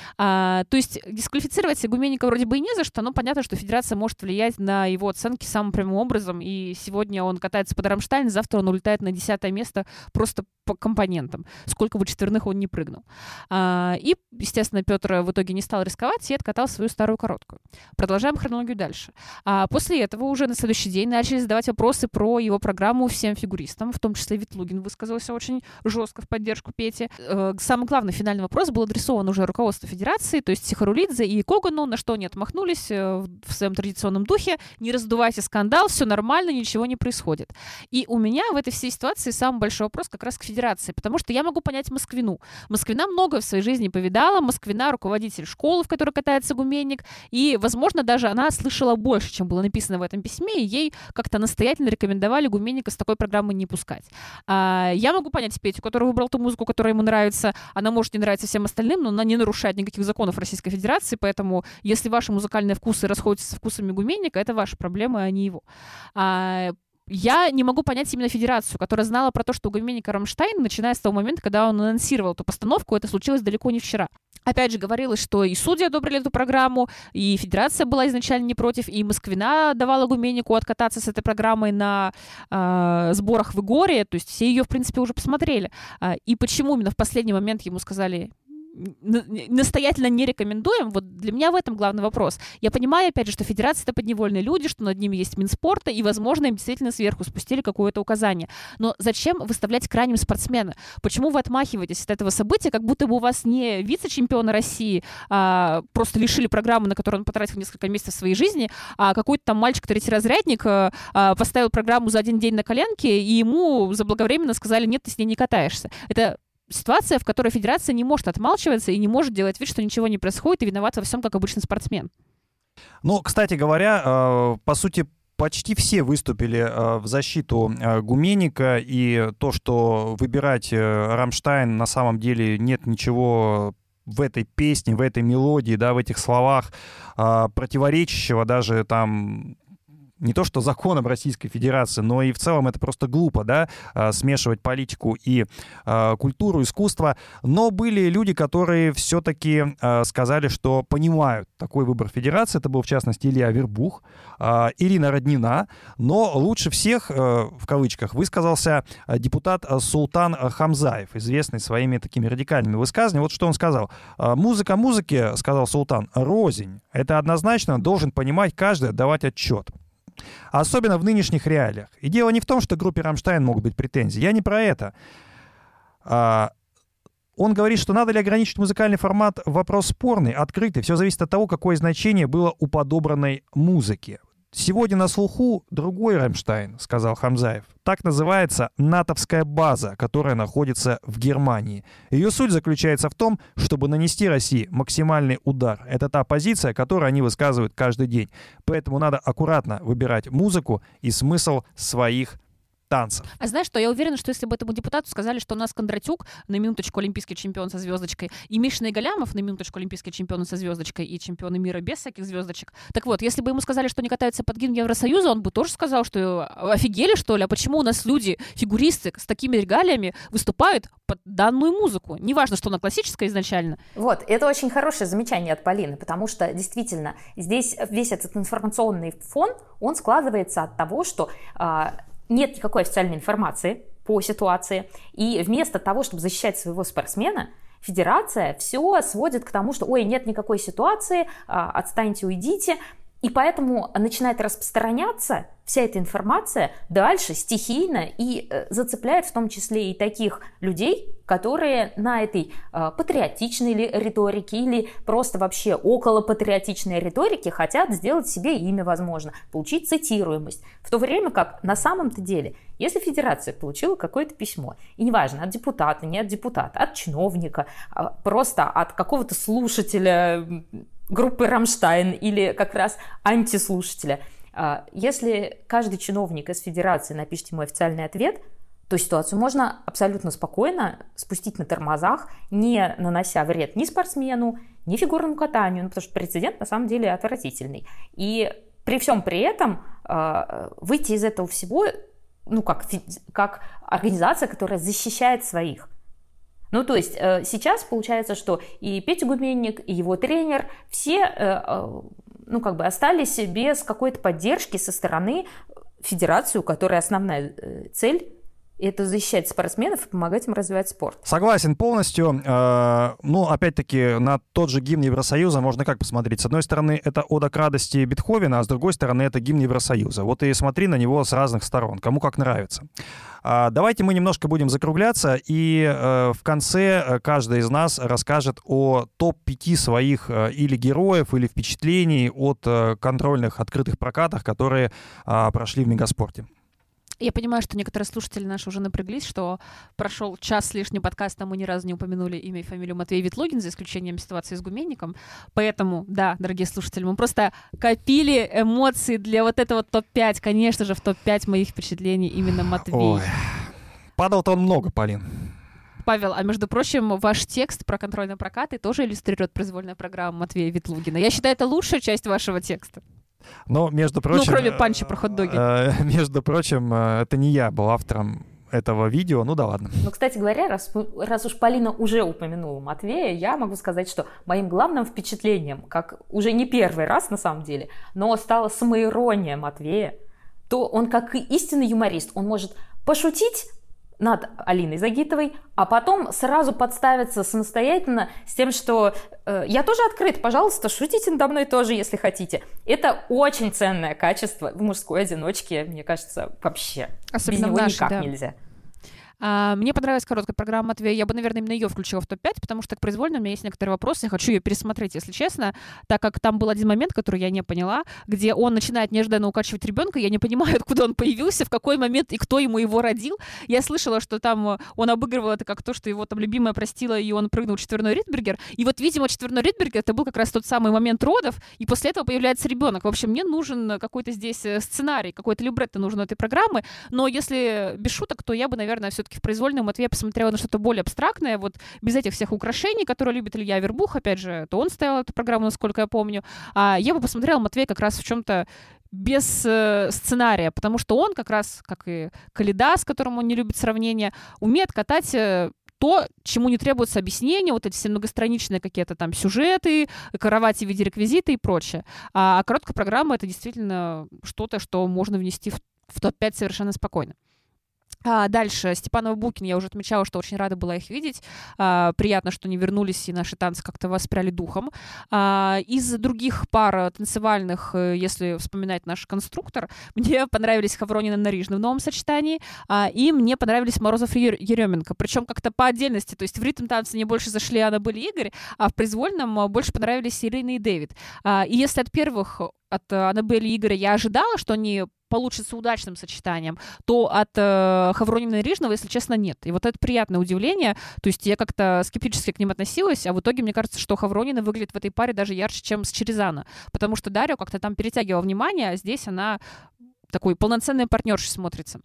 А, то есть дисквалифицировать Гуменника вроде бы и не за что, но понятно, что федерация может влиять на его оценки самым прямым образом, и сегодня он катается под Рамштайн, завтра он улетает на десятое место просто по компонентам, сколько бы четверных он не прыгнул. А, и, естественно, Петр в итоге не стал рисковать и откатал свою старую короткую. Продолжаем хронологию дальше. А после этого уже на следующий день начали задавать вопросы про его программу всем фигуристам, в том числе Ветлугин высказался очень жестко в поддержку Пети. Э, самый главный финальный вопрос был адресован уже руководству федерации, то есть Сихарулидзе и Когану, на что они отмахнулись э, в своем традиционном духе: не раздувайте скандал, все нормально, ничего не происходит. И у меня в этой всей ситуации самый большой вопрос как раз к федерации, потому что я могу понять Москвину. Москвина много в своей жизни повидала, Москвина руководитель школы, в которой катается Гуменник, и, возможно, даже она слышала больше, чем было написано в этом письме, и ей как-то настоятельно рекомендовали Гуменника с такой программой не пускать. А, я могу понять Петю, который выбрал ту музыку, которая ему нравится. Она может не нравиться всем остальным, но она не нарушает никаких законов Российской Федерации, поэтому если ваши музыкальные вкусы расходятся со вкусами Гуменника, это ваша проблема, а не его. А, Я не могу понять именно федерацию, которая знала про то, что у Гуменника Рамштайн, начиная с того момента, когда он анонсировал эту постановку, это случилось далеко не вчера. Опять же, говорилось, что и судьи одобрили эту программу, и федерация была изначально не против, и Москвина давала Гуменнику откататься с этой программой на э, сборах в Игоре, то есть все ее, в принципе, уже посмотрели. А, и почему именно в последний момент ему сказали: настоятельно не рекомендуем, вот для меня в этом главный вопрос. Я понимаю, опять же, что федерация — это подневольные люди, что над ними есть Минспорта, и, возможно, им действительно сверху спустили какое-то указание. Но зачем выставлять крайним спортсмена? Почему вы отмахиваетесь от этого события, как будто бы у вас не вице-чемпиона России, а просто лишили программы, на которую он потратил несколько месяцев своей жизни, а какой-то там мальчик-третьеразрядник а, поставил программу за один день на коленке, и ему заблаговременно сказали: нет, ты с ней не катаешься. Это ситуация, в которой федерация не может отмалчиваться и не может делать вид, что ничего не происходит, и виноват во всем, как обычный спортсмен. Ну, кстати говоря, по сути, почти все выступили в защиту Гуменника, и то, что выбирать «Рамштайн», на самом деле нет ничего в этой песне, в этой мелодии, да, в этих словах противоречащего даже там не то что законам Российской Федерации, но и в целом это просто глупо, да, смешивать политику и э, культуру, искусство. Но были люди, которые все-таки э, сказали, что понимают такой выбор Федерации. Это был, в частности, Илья Вербух, э, Ирина Роднина. Но лучше всех, э, в кавычках, высказался депутат Султан Хамзаев, известный своими такими радикальными высказываниями. Вот что он сказал. «Музыка музыки, — сказал Султан, — рознь. Это однозначно должен понимать каждый, отдавать отчет. Особенно в нынешних реалиях. И дело не в том, что группе «Рамштайн» могут быть претензии. Я не про это. А, он говорит, что надо ли ограничить музыкальный формат. Вопрос спорный, открытый. Все зависит от того, какое значение было у подобранной музыки. Сегодня на слуху другой «Рамштайн», сказал Хамзаев. Так называется натовская база, которая находится в Германии. Ее суть заключается в том, чтобы нанести России максимальный удар. Это та позиция, которую они высказывают каждый день. Поэтому надо аккуратно выбирать музыку и смысл своих танцев. А знаешь что, я уверена, что если бы этому депутату сказали, что у нас Кондратюк, на минуточку олимпийский чемпион со звездочкой, и Мишина Галямов, на минуточку олимпийский чемпион со звездочкой и чемпионы мира без всяких звездочек. Так вот, если бы ему сказали, что они катаются под гимн Евросоюза, он бы тоже сказал, что офигели, что ли, а почему у нас люди, фигуристы с такими регалиями выступают под данную музыку? Неважно, что она классическая изначально. Вот, это очень хорошее замечание от Полины, потому что действительно здесь весь этот информационный фон, он складывается от того, что а, нет никакой официальной информации по ситуации, и вместо того, чтобы защищать своего спортсмена, федерация все сводит к тому, что ой, нет никакой ситуации, отстаньте, уйдите, и поэтому начинает распространяться вся эта информация дальше стихийно и зацепляет в том числе и таких людей, которые на этой э, патриотичной ли риторике или просто вообще около патриотичной риторики хотят сделать себе имя, возможно, получить цитируемость. В то время как на самом-то деле, если федерация получила какое-то письмо, и неважно, от депутата, не от депутата, от чиновника, а просто от какого-то слушателя группы «Рамштайн» или как раз антислушателя, если каждый чиновник из федерации напишет ему официальный ответ, то ситуацию можно абсолютно спокойно спустить на тормозах, не нанося вред ни спортсмену, ни фигурному катанию, ну, потому что прецедент на самом деле отвратительный. И при всем при этом э, выйти из этого всего, ну, как, как организация, которая защищает своих. Ну, то есть э, сейчас получается, что и Петя Гуменник, и его тренер, все э, э, ну, как бы остались без какой-то поддержки со стороны федерации, у которой основная э, цель – это защищать спортсменов и помогать им развивать спорт. Согласен полностью. Э, ну, опять-таки, на тот же гимн Евросоюза можно как посмотреть. С одной стороны, это ода к радости Бетховена, а с другой стороны, это гимн Евросоюза. Вот и смотри на него с разных сторон, кому как нравится. А давайте мы немножко будем закругляться, и э, в конце каждый из нас расскажет о топ пяти своих э, или героев, или впечатлений от э, контрольных открытых прокатах, которые э, прошли в Мегаспорте. Я понимаю, что некоторые слушатели наши уже напряглись, что прошел час с лишним подкаста, мы ни разу не упомянули имя и фамилию Матвей Ветлугин, за исключением ситуации с Гуменником. Поэтому, да, дорогие слушатели, мы просто копили эмоции для вот этого топ пять. Конечно же, в топ пять моих впечатлений именно Матвей. Ой. Падал-то он много, Полин. Павел, а между прочим, ваш текст про контрольные прокаты тоже иллюстрирует произвольная программа Матвея Ветлугина. Я считаю, это лучшая часть вашего текста. Но, между прочим... Ну, кроме панча про хот-доги. Э, между прочим, это не я был автором этого видео, ну да ладно. Ну, кстати говоря, раз, раз уж Полина уже упомянула Матвея, я могу сказать, что моим главным впечатлением, как уже не первый раз на самом деле, но стала самоирония Матвея, то он как истинный юморист, он может пошутить над Алиной Загитовой, а потом сразу подставиться самостоятельно с тем, что э, я тоже открыт, пожалуйста, шутите надо мной тоже, если хотите. Это очень ценное качество в мужской одиночке, мне кажется, вообще. Особенно без него наши, никак да. нельзя. А, мне понравилась короткая программа Матвея. Я бы, наверное, именно ее включила в топ пять, потому что так произвольно у меня есть некоторые вопросы. Я хочу ее пересмотреть, если честно, так как там был один момент, который я не поняла, где он начинает неожиданно укачивать ребенка. Я не понимаю, откуда он появился, в какой момент и кто ему его родил. Я слышала, что там он обыгрывал это как то, что его там любимая простила, и он прыгнул четверной Ридбергер. И вот, видимо, четверной Ридбергер это был как раз тот самый момент родов, и после этого появляется ребенок. В общем, мне нужен какой-то здесь сценарий, какой-то либретто нужен этой программы. Но если без шуток, то я бы, наверное, все-таки в произвольном Матвея посмотрела на что-то более абстрактное, вот без этих всех украшений, которые любит Илья Вербух, опять же, это он ставил эту программу, насколько я помню. А я бы посмотрела Матвея как раз в чем-то без э, сценария, потому что он как раз, как и Калида, с которым он не любит сравнения, умеет катать э, то, чему не требуется объяснения, вот эти все многостраничные какие-то там сюжеты, кровати в виде реквизита и прочее. А, а короткая программа — это действительно что-то, что можно внести в, в топ пять совершенно спокойно. А дальше Степанова, Букин, я уже отмечала, что очень рада была их видеть. А, приятно, что они вернулись, и наши танцы как-то воспряли духом. А, из других пар танцевальных, если вспоминать наш конструктор, мне понравились Хавронин и Нарижный в новом сочетании, а, и мне понравились Морозов и Еременко. Причем как-то по отдельности, то есть в ритм-танце не больше зашли Аннабель и Игорь, а в произвольном больше понравились Ирина и Дэвид. А, и если от первых, от Аннабель и Игоря я ожидала, что они получится удачным сочетанием, то от э, Хавронина и Рижного, если честно, нет. И вот это приятное удивление. То есть я как-то скептически к ним относилась, а в итоге мне кажется, что Хавронина выглядит в этой паре даже ярче, чем с Черезано. Потому что Дарья как-то там перетягивала внимание, а здесь она такой полноценной партнершей смотрится.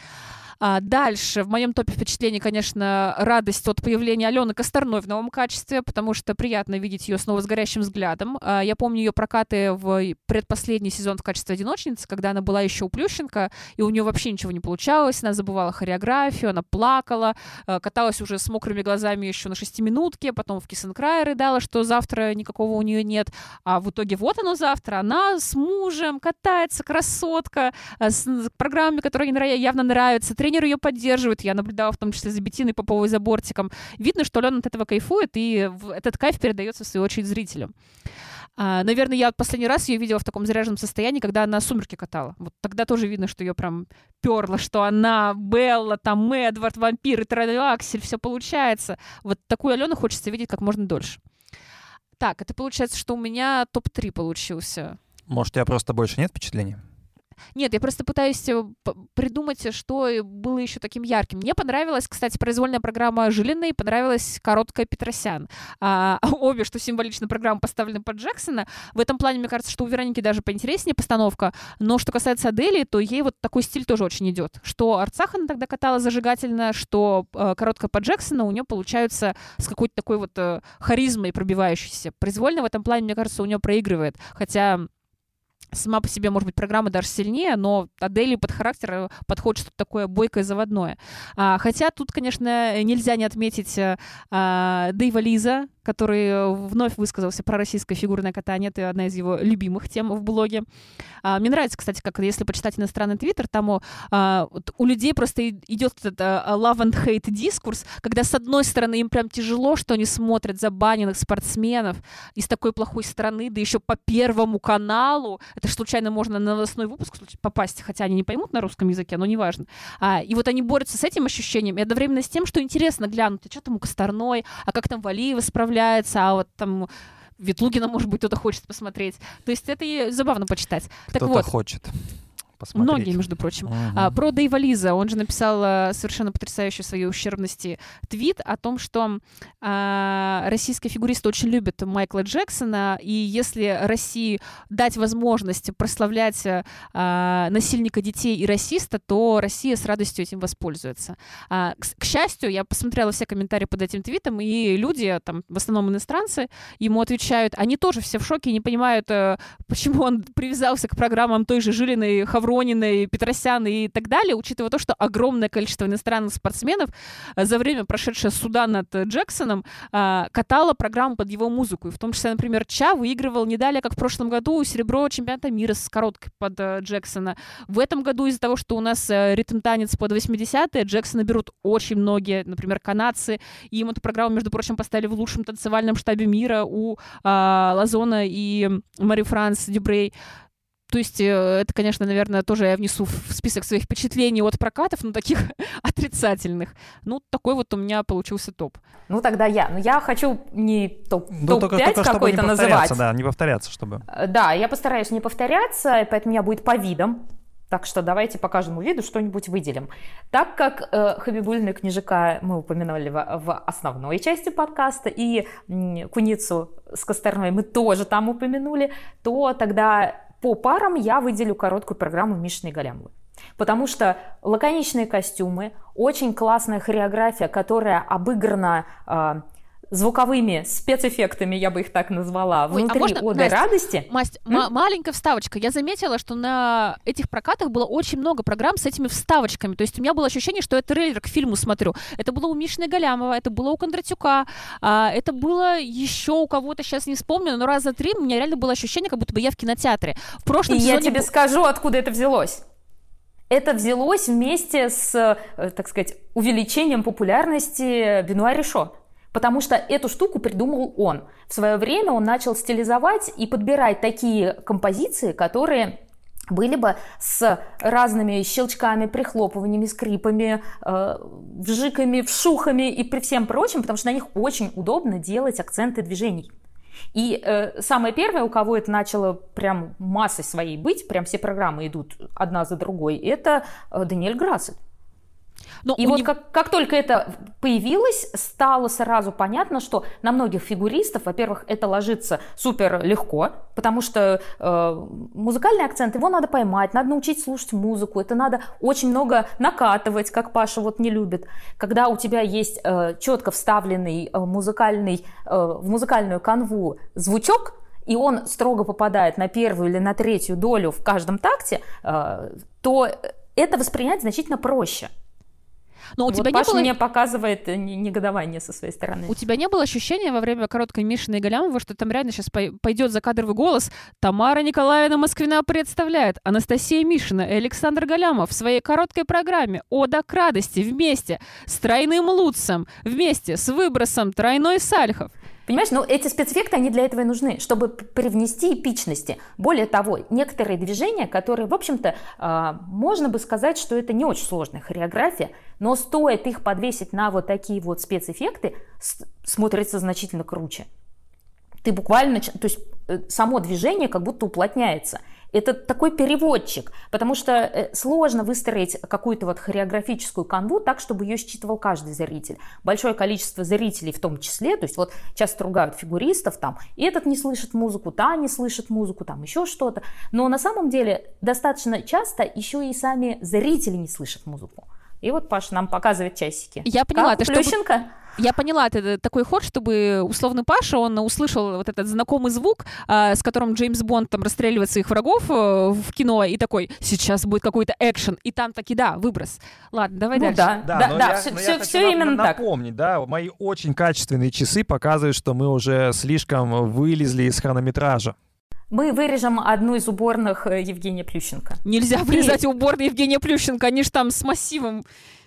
А дальше в моем топе впечатлений, конечно, радость от появления Алены Косторной в новом качестве, потому что приятно видеть ее снова с горящим взглядом. А я помню ее прокаты в предпоследний сезон в качестве одиночницы, когда она была еще у Плющенко, и у нее вообще ничего не получалось, она забывала хореографию, она плакала, каталась уже с мокрыми глазами еще на шестиминутке, потом в Киссенкрае рыдала, что завтра никакого у нее нет, а в итоге вот оно завтра, она с мужем катается, красотка, с программами, которые ей явно нравятся. Тренер ее поддерживает, я наблюдала в том числе за Беттиной Поповой, за бортиком. Видно, что Алена от этого кайфует, и этот кайф передается, в свою очередь, зрителям. А, наверное, я последний раз ее видела в таком заряженном состоянии, когда она «Сумерки» катала. Вот тогда тоже видно, что ее прям перло, что она Белла, там Эдвард, вампир, и тролля Аксель, все получается. Вот такую Алену хочется видеть как можно дольше. Так, это получается, что у меня топ три получился. Может, у тебя просто больше нет впечатлений? Нет, я просто пытаюсь придумать, что было еще таким ярким. Мне понравилась, кстати, произвольная программа Жилиной, понравилась короткая Петросян. А, обе, что символично, программа поставлены под Джексона. В этом плане, мне кажется, что у Вероники даже поинтереснее постановка. Но что касается Адели, то ей вот такой стиль тоже очень идет. Что Арцах она тогда катала зажигательно, что э, короткая под Джексона у нее получаются с какой-то такой вот э, харизмой пробивающейся. Произвольно в этом плане, мне кажется, у нее проигрывает. Хотя сама по себе, может быть, программа даже сильнее, но Адели под характер подходит что-то такое бойкое, заводное. А, хотя тут, конечно, нельзя не отметить а, Дэйва Лиза, который вновь высказался про российское фигурное катание. Это одна из его любимых тем в блоге. А, мне нравится, кстати, как если почитать иностранный твиттер, там а, вот у людей просто идет этот а, love and hate дискурс, когда, с одной стороны, им прям тяжело, что они смотрят забаненных спортсменов из такой плохой страны, да еще по Первому каналу. Это же случайно можно на новостной выпуск попасть, хотя они не поймут на русском языке, но неважно. А, и вот они борются с этим ощущением и одновременно с тем, что интересно глянуть, а что там у Косторной, а как там Валиева справляется, а вот там Ветлугина, может быть, кто-то хочет посмотреть. То есть это и забавно почитать. Кто-то так вот, хочет посмотреть. Многие, между прочим. Uh-huh. А, про Дэйва Лиза. Он же написал а, совершенно потрясающий в своей ущербности твит о том, что а, российские фигуристы очень любят Майкла Джексона, и если России дать возможность прославлять а, насильника детей и расиста, то Россия с радостью этим воспользуется. А, к, к счастью, я посмотрела все комментарии под этим твитом, и люди, там, в основном иностранцы, ему отвечают, они тоже все в шоке и не понимают, а, почему он привязался к программам той же Жилиной, Хаврониной, Петросян и так далее, учитывая то, что огромное количество иностранных спортсменов за время, прошедшее суда над Джексоном, катало программу под его музыку. И в том числе, например, Ча выигрывал не далее, как в прошлом году, серебро чемпионата мира с короткой под Джексона. В этом году из-за того, что у нас ритм-танец под восьмидесятые, Джексона берут очень многие, например, канадцы, и им эту программу, между прочим, поставили в лучшем танцевальном штабе мира у а, Лазона и Мари-Франс Дюбрей. То есть это, конечно, наверное, тоже я внесу в список своих впечатлений от прокатов, но таких отрицательных. Ну, такой вот у меня получился топ. Ну, тогда я. Но я хочу не топ, ну, топ-пять какой-то называть. Да, не повторяться, чтобы... Да, я постараюсь не повторяться, поэтому у меня будет по видам. Так что давайте по каждому виду что-нибудь выделим. Так как э, Хабибуллину Книжака мы упомянули в, в основной части подкаста, и м, Куницу с Косторной мы тоже там упомянули, то тогда по парам я выделю короткую программу Мишиной Галямовой. Потому что лаконичные костюмы, очень классная хореография, которая обыграна... Э, звуковыми спецэффектами, я бы их так назвала, Ой, внутри а можно, оды Настя, радости. Масть, м- маленькая вставочка. Я заметила, что на этих прокатах было очень много программ с этими вставочками. То есть у меня было ощущение, что я трейлер к фильму смотрю. Это было у Мишиной Галямовой, это было у Кондратюка, а, это было еще у кого-то, сейчас не вспомню, но раза три у меня реально было ощущение, как будто бы я в кинотеатре. В прошлом И сезоне... я тебе скажу, откуда это взялось. Это взялось вместе с, так сказать, увеличением популярности Бенуа Ришо. Потому что эту штуку придумал он. В свое время он начал стилизовать и подбирать такие композиции, которые были бы с разными щелчками, прихлопываниями, скрипами, э, вжиками, вшухами и при всем прочем, потому что на них очень удобно делать акценты движений. И э, самое первое, у кого это начало прям массой своей быть, прям все программы идут одна за другой, это э, Даниэль Грассет. Но и вот не... как, как только это появилось, стало сразу понятно, что на многих фигуристов, во-первых, это ложится супер легко, потому что э, музыкальный акцент, его надо поймать, надо научить слушать музыку, это надо очень много накатывать, как Паша вот не любит. Когда у тебя есть э, четко вставленный э, музыкальный, э, в музыкальную канву звучок, и он строго попадает на первую или на третью долю в каждом такте, э, то это воспринять значительно проще. Но у вот тебя Паша не было... мне показывает негодование со своей стороны. У тебя не было ощущения во время короткой Мишиной Галямовой, что там реально сейчас пойдет закадровый голос? Тамара Николаевна Москвина представляет Анастасия Мишина и Александр Галямов в своей короткой программе «Ода к радости» вместе с тройным лутцем, вместе с выбросом тройной сальхов. Понимаешь, ну эти спецэффекты, они для этого и нужны, чтобы привнести эпичности. Более того, некоторые движения, которые, в общем-то, э, можно бы сказать, что это не очень сложная хореография, но стоит их подвесить на вот такие вот спецэффекты, с- смотрится значительно круче. Ты буквально, то есть э, само движение как будто уплотняется. Это такой переводчик, потому что сложно выстроить какую-то вот хореографическую канву так, чтобы ее считывал каждый зритель. Большое количество зрителей в том числе, то есть вот часто ругают фигуристов, там, и этот не слышит музыку, та не слышит музыку, там еще что-то. Но на самом деле достаточно часто еще и сами зрители не слышат музыку. И вот Паша нам показывает часики. Я поняла, как ты Плющенко? Чтобы... Я поняла, это такой ход, чтобы условно Паша, он услышал вот этот знакомый звук, э, с которым Джеймс Бонд там расстреливает своих врагов э, в кино, и такой, сейчас будет какой-то экшен, и там таки, да, выброс. Ладно, давай ну, дальше. Да, да, да, но да я, все, но все, я все именно на- так. напомнить, да, мои очень качественные часы показывают, что мы уже слишком вылезли из хронометража. Мы вырежем одну из уборных Евгения Плющенко. Нельзя вырезать и... уборные Евгения Плющенко, они же там с массивом.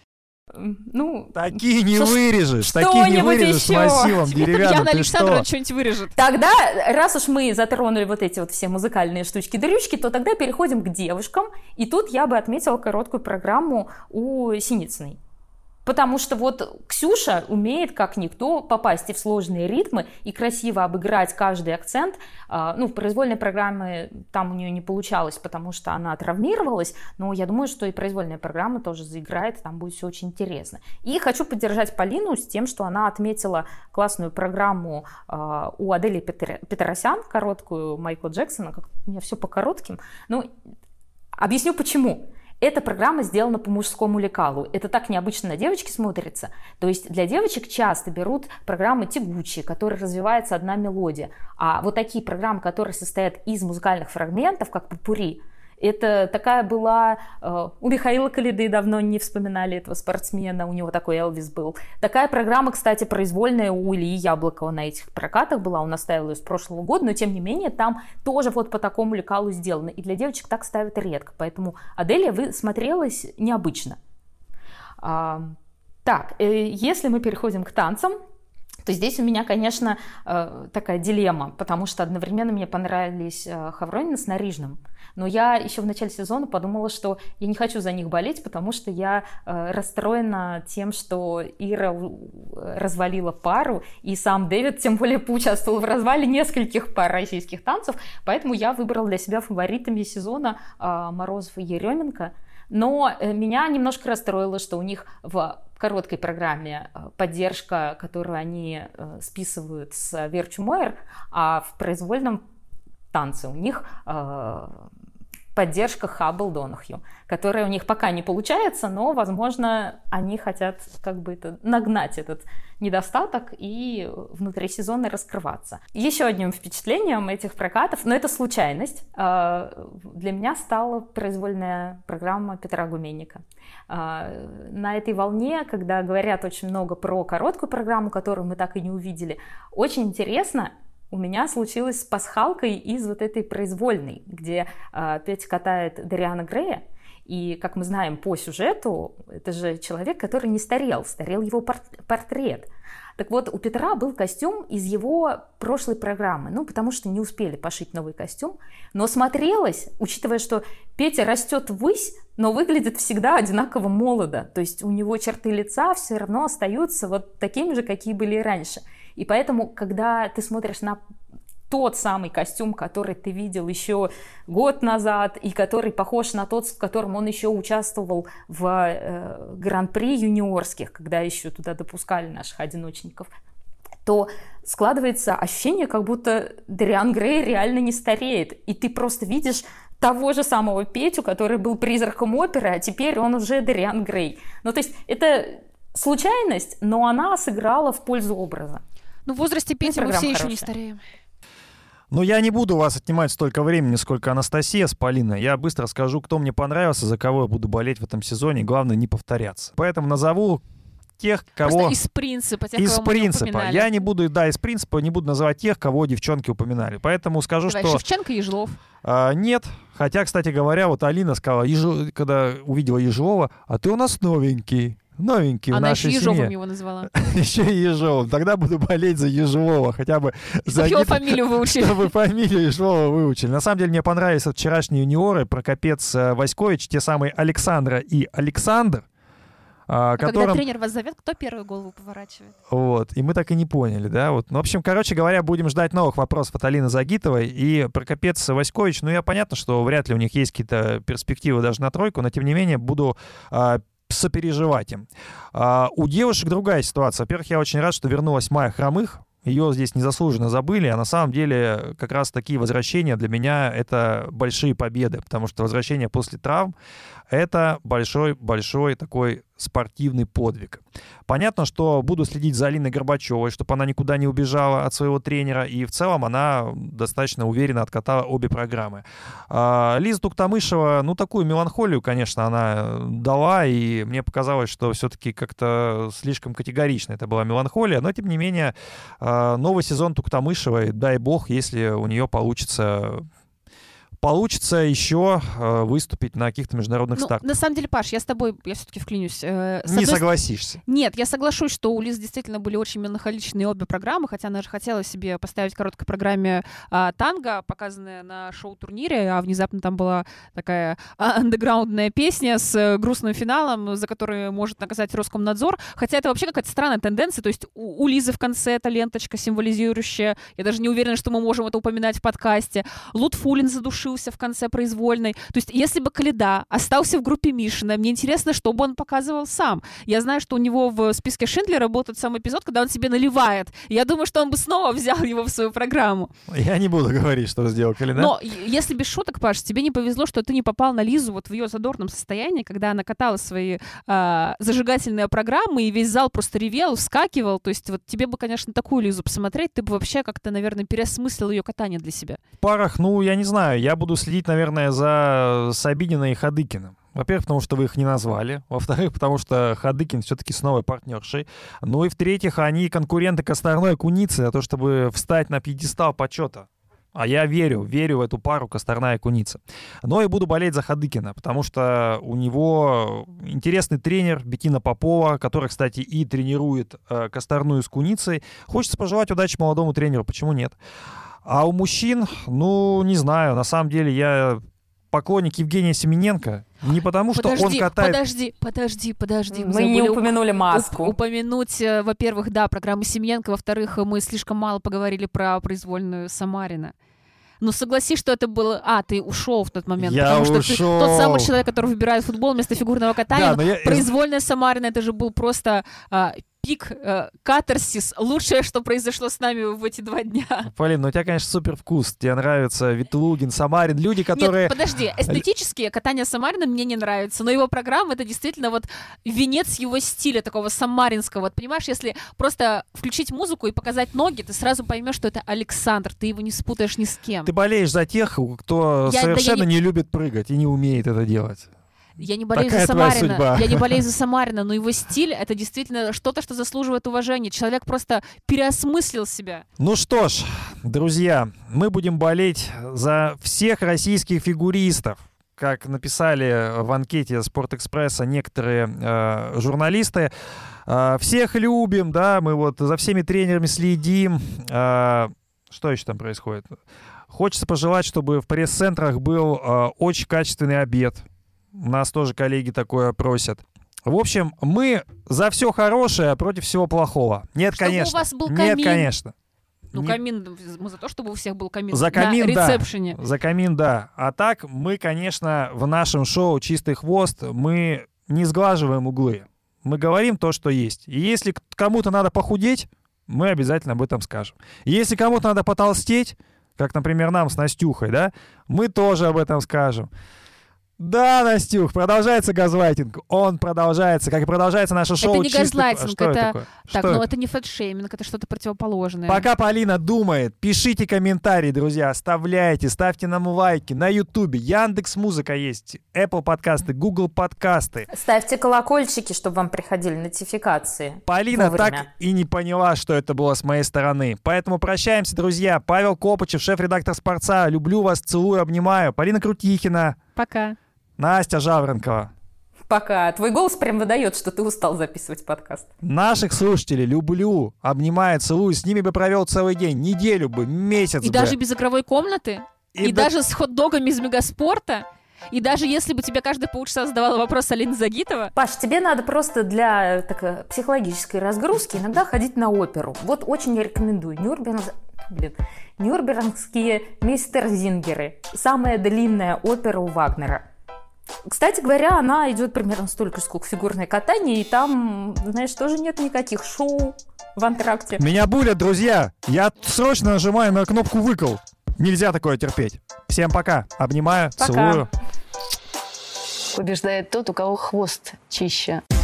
Ну, такие не что, вырежешь, такие не вырежешь еще. с массивом деревянным. Яна Александровна что-нибудь вырежет. Тогда, раз уж мы затронули вот эти вот все музыкальные штучки-дрючки, то тогда переходим к девушкам. И тут я бы отметила короткую программу у Синицыной. Потому что вот Ксюша умеет, как никто, попасть и в сложные ритмы и красиво обыграть каждый акцент. Ну, в произвольной программе там у нее не получалось, потому что она травмировалась, но я думаю, что и произвольная программа тоже заиграет, там будет все очень интересно. И хочу поддержать Полину с тем, что она отметила классную программу у Адели Петр... Петросян, короткую Майкла Джексона, как у меня все по коротким. Ну, объясню почему. Эта программа сделана по мужскому лекалу. Это так необычно на девочке смотрится. То есть для девочек часто берут программы тягучие, которые развивается одна мелодия. А вот такие программы, которые состоят из музыкальных фрагментов, как попурри, это такая была... Э, у Михаила Калиды давно не вспоминали этого спортсмена, у него такой Элвис был. Такая программа, кстати, произвольная у Ильи Яблокова на этих прокатах была, он оставил ее с прошлого года, но тем не менее там тоже вот по такому лекалу сделано. И для девочек так ставят редко, поэтому Аделия вы смотрелась необычно. А, так, э, если мы переходим к танцам, то то здесь у меня, конечно, такая дилемма, потому что одновременно мне понравились Хавронин с Нарижным, но я еще в начале сезона подумала, что я не хочу за них болеть, потому что я расстроена тем, что Ира развалила пару, и сам Дэвид, тем более, поучаствовал в развале нескольких пар российских танцев, поэтому я выбрала для себя фаворитами сезона Морозов и Еременко. Но меня немножко расстроило, что у них в короткой программе поддержка, которую они списывают с Верчу Мойер, а в произвольном танце у них поддержка Хаббл Донахью, которая у них пока не получается, но, возможно, они хотят как бы это, нагнать этот недостаток и внутри сезона раскрываться. Еще одним впечатлением этих прокатов, но это случайность, для меня стала произвольная программа Петра Гуменника. На этой волне, когда говорят очень много про короткую программу, которую мы так и не увидели, очень интересно, у меня случилось с пасхалкой из вот этой произвольной, где э, Петя катает Дариана Грея, и, как мы знаем по сюжету, это же человек, который не старел, старел его портрет. Так вот, у Петра был костюм из его прошлой программы, ну, потому что не успели пошить новый костюм, но смотрелось, учитывая, что Петя растет ввысь, но выглядит всегда одинаково молодо, то есть у него черты лица все равно остаются вот такими же, какие были и раньше. И поэтому, когда ты смотришь на тот самый костюм, который ты видел еще год назад, и который похож на тот, в котором он еще участвовал в э, гран-при юниорских, когда еще туда допускали наших одиночников, то складывается ощущение, как будто Дариан Грей реально не стареет. И ты просто видишь того же самого Петю, который был призраком оперы, а теперь он уже Дариан Грей. Ну, то есть это случайность, но она сыграла в пользу образа. Ну, в возрасте Пети мы все еще не стареем. Ну, я не буду у вас отнимать столько времени, сколько Анастасия с Полиной. Я быстро скажу, кто мне понравился, за кого я буду болеть в этом сезоне. Главное, не повторяться. Поэтому назову тех, кого... Просто из принципа, тех, из кого принципа. мы не упоминали. Я не буду, да, из принципа не буду называть тех, кого девчонки упоминали. Поэтому скажу, Давай, что... Шевченко, Ежелов. А, нет. Хотя, кстати говоря, вот Алина сказала, Ежел... когда увидела Ежелова, а ты у нас новенький. Новенький Она в нашей еще семье. Ежовым его назвала. Еще и Ежовым. Тогда буду болеть за Ежелова. Хотя бы за... Чтобы его фамилию выучили. Чтобы фамилию Ежелова выучили. На самом деле мне понравились вчерашние юниоры. Прокопец, Васькович, те самые Александра и Александр. А которым... Когда тренер вас зовет, кто первую голову поворачивает? Вот, и мы так и не поняли, да, вот. Ну, в общем, короче говоря, будем ждать новых вопросов от Алины Загитовой и Прокопец, Васькович. Ну, я понятно, что вряд ли у них есть какие-то перспективы даже на тройку, но, тем не менее, буду а, сопереживать им. А, у девушек другая ситуация. Во-первых, я очень рад, что вернулась Майя Хромых. Ее здесь незаслуженно забыли, а на самом деле как раз такие возвращения для меня — это большие победы, потому что возвращение после травм — это большой-большой такой спортивный подвиг. Понятно, что буду следить за Алиной Горбачевой, чтобы она никуда не убежала от своего тренера, и в целом она достаточно уверенно откатала обе программы. А Лиза Туктамышева, ну, такую меланхолию, конечно, она дала, и мне показалось, что все-таки как-то слишком категорично это была меланхолия, но, тем не менее, новый сезон Туктамышевой, дай бог, если у нее получится... Получится еще э, выступить на каких-то международных ну, стартах. На самом деле, Паш, я с тобой, я все-таки вклинюсь. Э, Не одной... согласишься. Нет, я соглашусь, что у Лизы действительно были очень меланхоличные обе программы, хотя она же хотела себе поставить в короткой программе э, танго, показанное на шоу-турнире, а внезапно там была такая андеграундная песня с э, грустным финалом, за который может наказать Роскомнадзор. Хотя это вообще какая-то странная тенденция. То есть у, у Лизы в конце эта ленточка символизирующая. Я даже не уверена, что мы можем это упоминать в подкасте. Лутфуллин задушил в конце произвольной. То есть, если бы Коляда остался в группе Мишина, мне интересно, что бы он показывал сам. Я знаю, что у него в списке Шиндлера был тот самый эпизод, когда он себе наливает. Я думаю, что он бы снова взял его в свою программу. Я не буду говорить, что сделал Коляда. Но если без шуток, Паш, тебе не повезло, что ты не попал на Лизу вот в ее задорном состоянии, когда она катала свои э, зажигательные программы, и весь зал просто ревел, вскакивал. То есть, вот тебе бы, конечно, такую Лизу посмотреть, ты бы вообще как-то, наверное, переосмыслил ее катание для себя. В парах, ну, я не знаю, я буду следить, наверное, за Сабининой и Хадыкиным. Во-первых, потому что вы их не назвали. Во-вторых, потому что Хадыкин все-таки с новой партнершей. Ну и в-третьих, они конкуренты Косторной и Куницы за то, чтобы встать на пьедестал почета А я верю, верю в эту пару Косторная и Куница. Но и буду болеть за Хадыкина, потому что у него интересный тренер Беттина Попова, который, кстати, и тренирует э, Косторную с Куницей. Хочется пожелать удачи молодому тренеру, почему нет? А у мужчин, ну, не знаю, на самом деле я поклонник Евгения Семененко. Не потому, что подожди, он катает... Подожди, подожди, подожди. Мы, мы не упомянули маску. Уп- упомянуть, во-первых, да, программу Семененко, во-вторых, мы слишком мало поговорили про произвольную Самарина. Ну, согласись, что это было... А, ты ушел в тот момент. Я потому что ушел. ты тот самый человек, который выбирает футбол вместо фигурного катания. Да, я... Произвольная Самарина, это же был просто... А, пик, э, катарсис, лучшее, что произошло с нами в эти два дня. Полин, ну у тебя, конечно, супер вкус. Тебе нравится Ветлугин, Самарин, люди, которые... Нет, подожди, эстетически катание Самарина мне не нравится, но его программа — это действительно вот венец его стиля, такого самаринского. Вот понимаешь, если просто включить музыку и показать ноги, ты сразу поймешь, что это Александр, ты его не спутаешь ни с кем. Ты болеешь за тех, кто я, совершенно да не... не любит прыгать и не умеет это делать. Я не болею Такая за Самарина, я не болею за Самарина, но его стиль — это действительно что-то, что заслуживает уважения. Человек просто переосмыслил себя. Ну что ж, друзья, мы будем болеть за всех российских фигуристов. Как написали в анкете Спортэкспресса некоторые э, журналисты. Э, всех любим, да, мы вот за всеми тренерами следим. Э, что еще там происходит? Хочется пожелать, чтобы в пресс-центрах был э, очень качественный обед. У нас тоже коллеги такое просят. В общем, мы за все хорошее против всего плохого. Нет, чтобы конечно. У вас был камин. Нет, конечно. Ну, Не... камин, мы за то, чтобы у всех был камин, за камин на ресепшене. Да. За камин, да. А так мы, конечно, в нашем шоу «Чистый хвост» мы не сглаживаем углы. Мы говорим то, что есть. И если кому-то надо похудеть, мы обязательно об этом скажем. И если кому-то надо потолстеть, как, например, нам с Настюхой, да, мы тоже об этом скажем. Да, Настюх, продолжается газлайтинг. Он продолжается, как и продолжается наше шоу. Это не чистый... газлайтинг, что это... это такое? Так, что ну это? это не фэтшейминг, это что-то противоположное. Пока Полина думает, пишите комментарии, друзья, оставляйте, ставьте нам лайки на Ютубе, Яндекс.Музыка есть, Apple подкасты, Google подкасты. Ставьте колокольчики, чтобы вам приходили нотификации. Полина вовремя. так и не поняла, что это было с моей стороны. Поэтому прощаемся, друзья. Павел Копычев, шеф-редактор «Спорца». Люблю вас, целую, обнимаю. Полина Крутихина. Пока. Настя Жаворонкова. Пока. Твой голос прям выдает, что ты устал записывать подкаст. Наших слушателей люблю, обнимаю, целую. С ними бы провел целый день, неделю бы, месяц И бы. даже без игровой комнаты? И, И да... даже с хот-догами из Мегаспорта? И даже если бы тебе каждые полчаса задавала вопрос Алина Загитова? Паш, тебе надо просто для так, психологической разгрузки иногда ходить на оперу. Вот очень я рекомендую. Нюрнберг... Блин. Нюрнбергские мейстерзингеры. Самая длинная опера у Вагнера. Кстати говоря, она идет примерно столько, сколько фигурное катание, и там, знаешь, тоже нет никаких шоу в антракте. Меня булят, друзья. Я срочно нажимаю на кнопку «выкл». Нельзя такое терпеть. Всем пока. Обнимаю, пока. Целую. Побеждает тот, у кого хвост чище.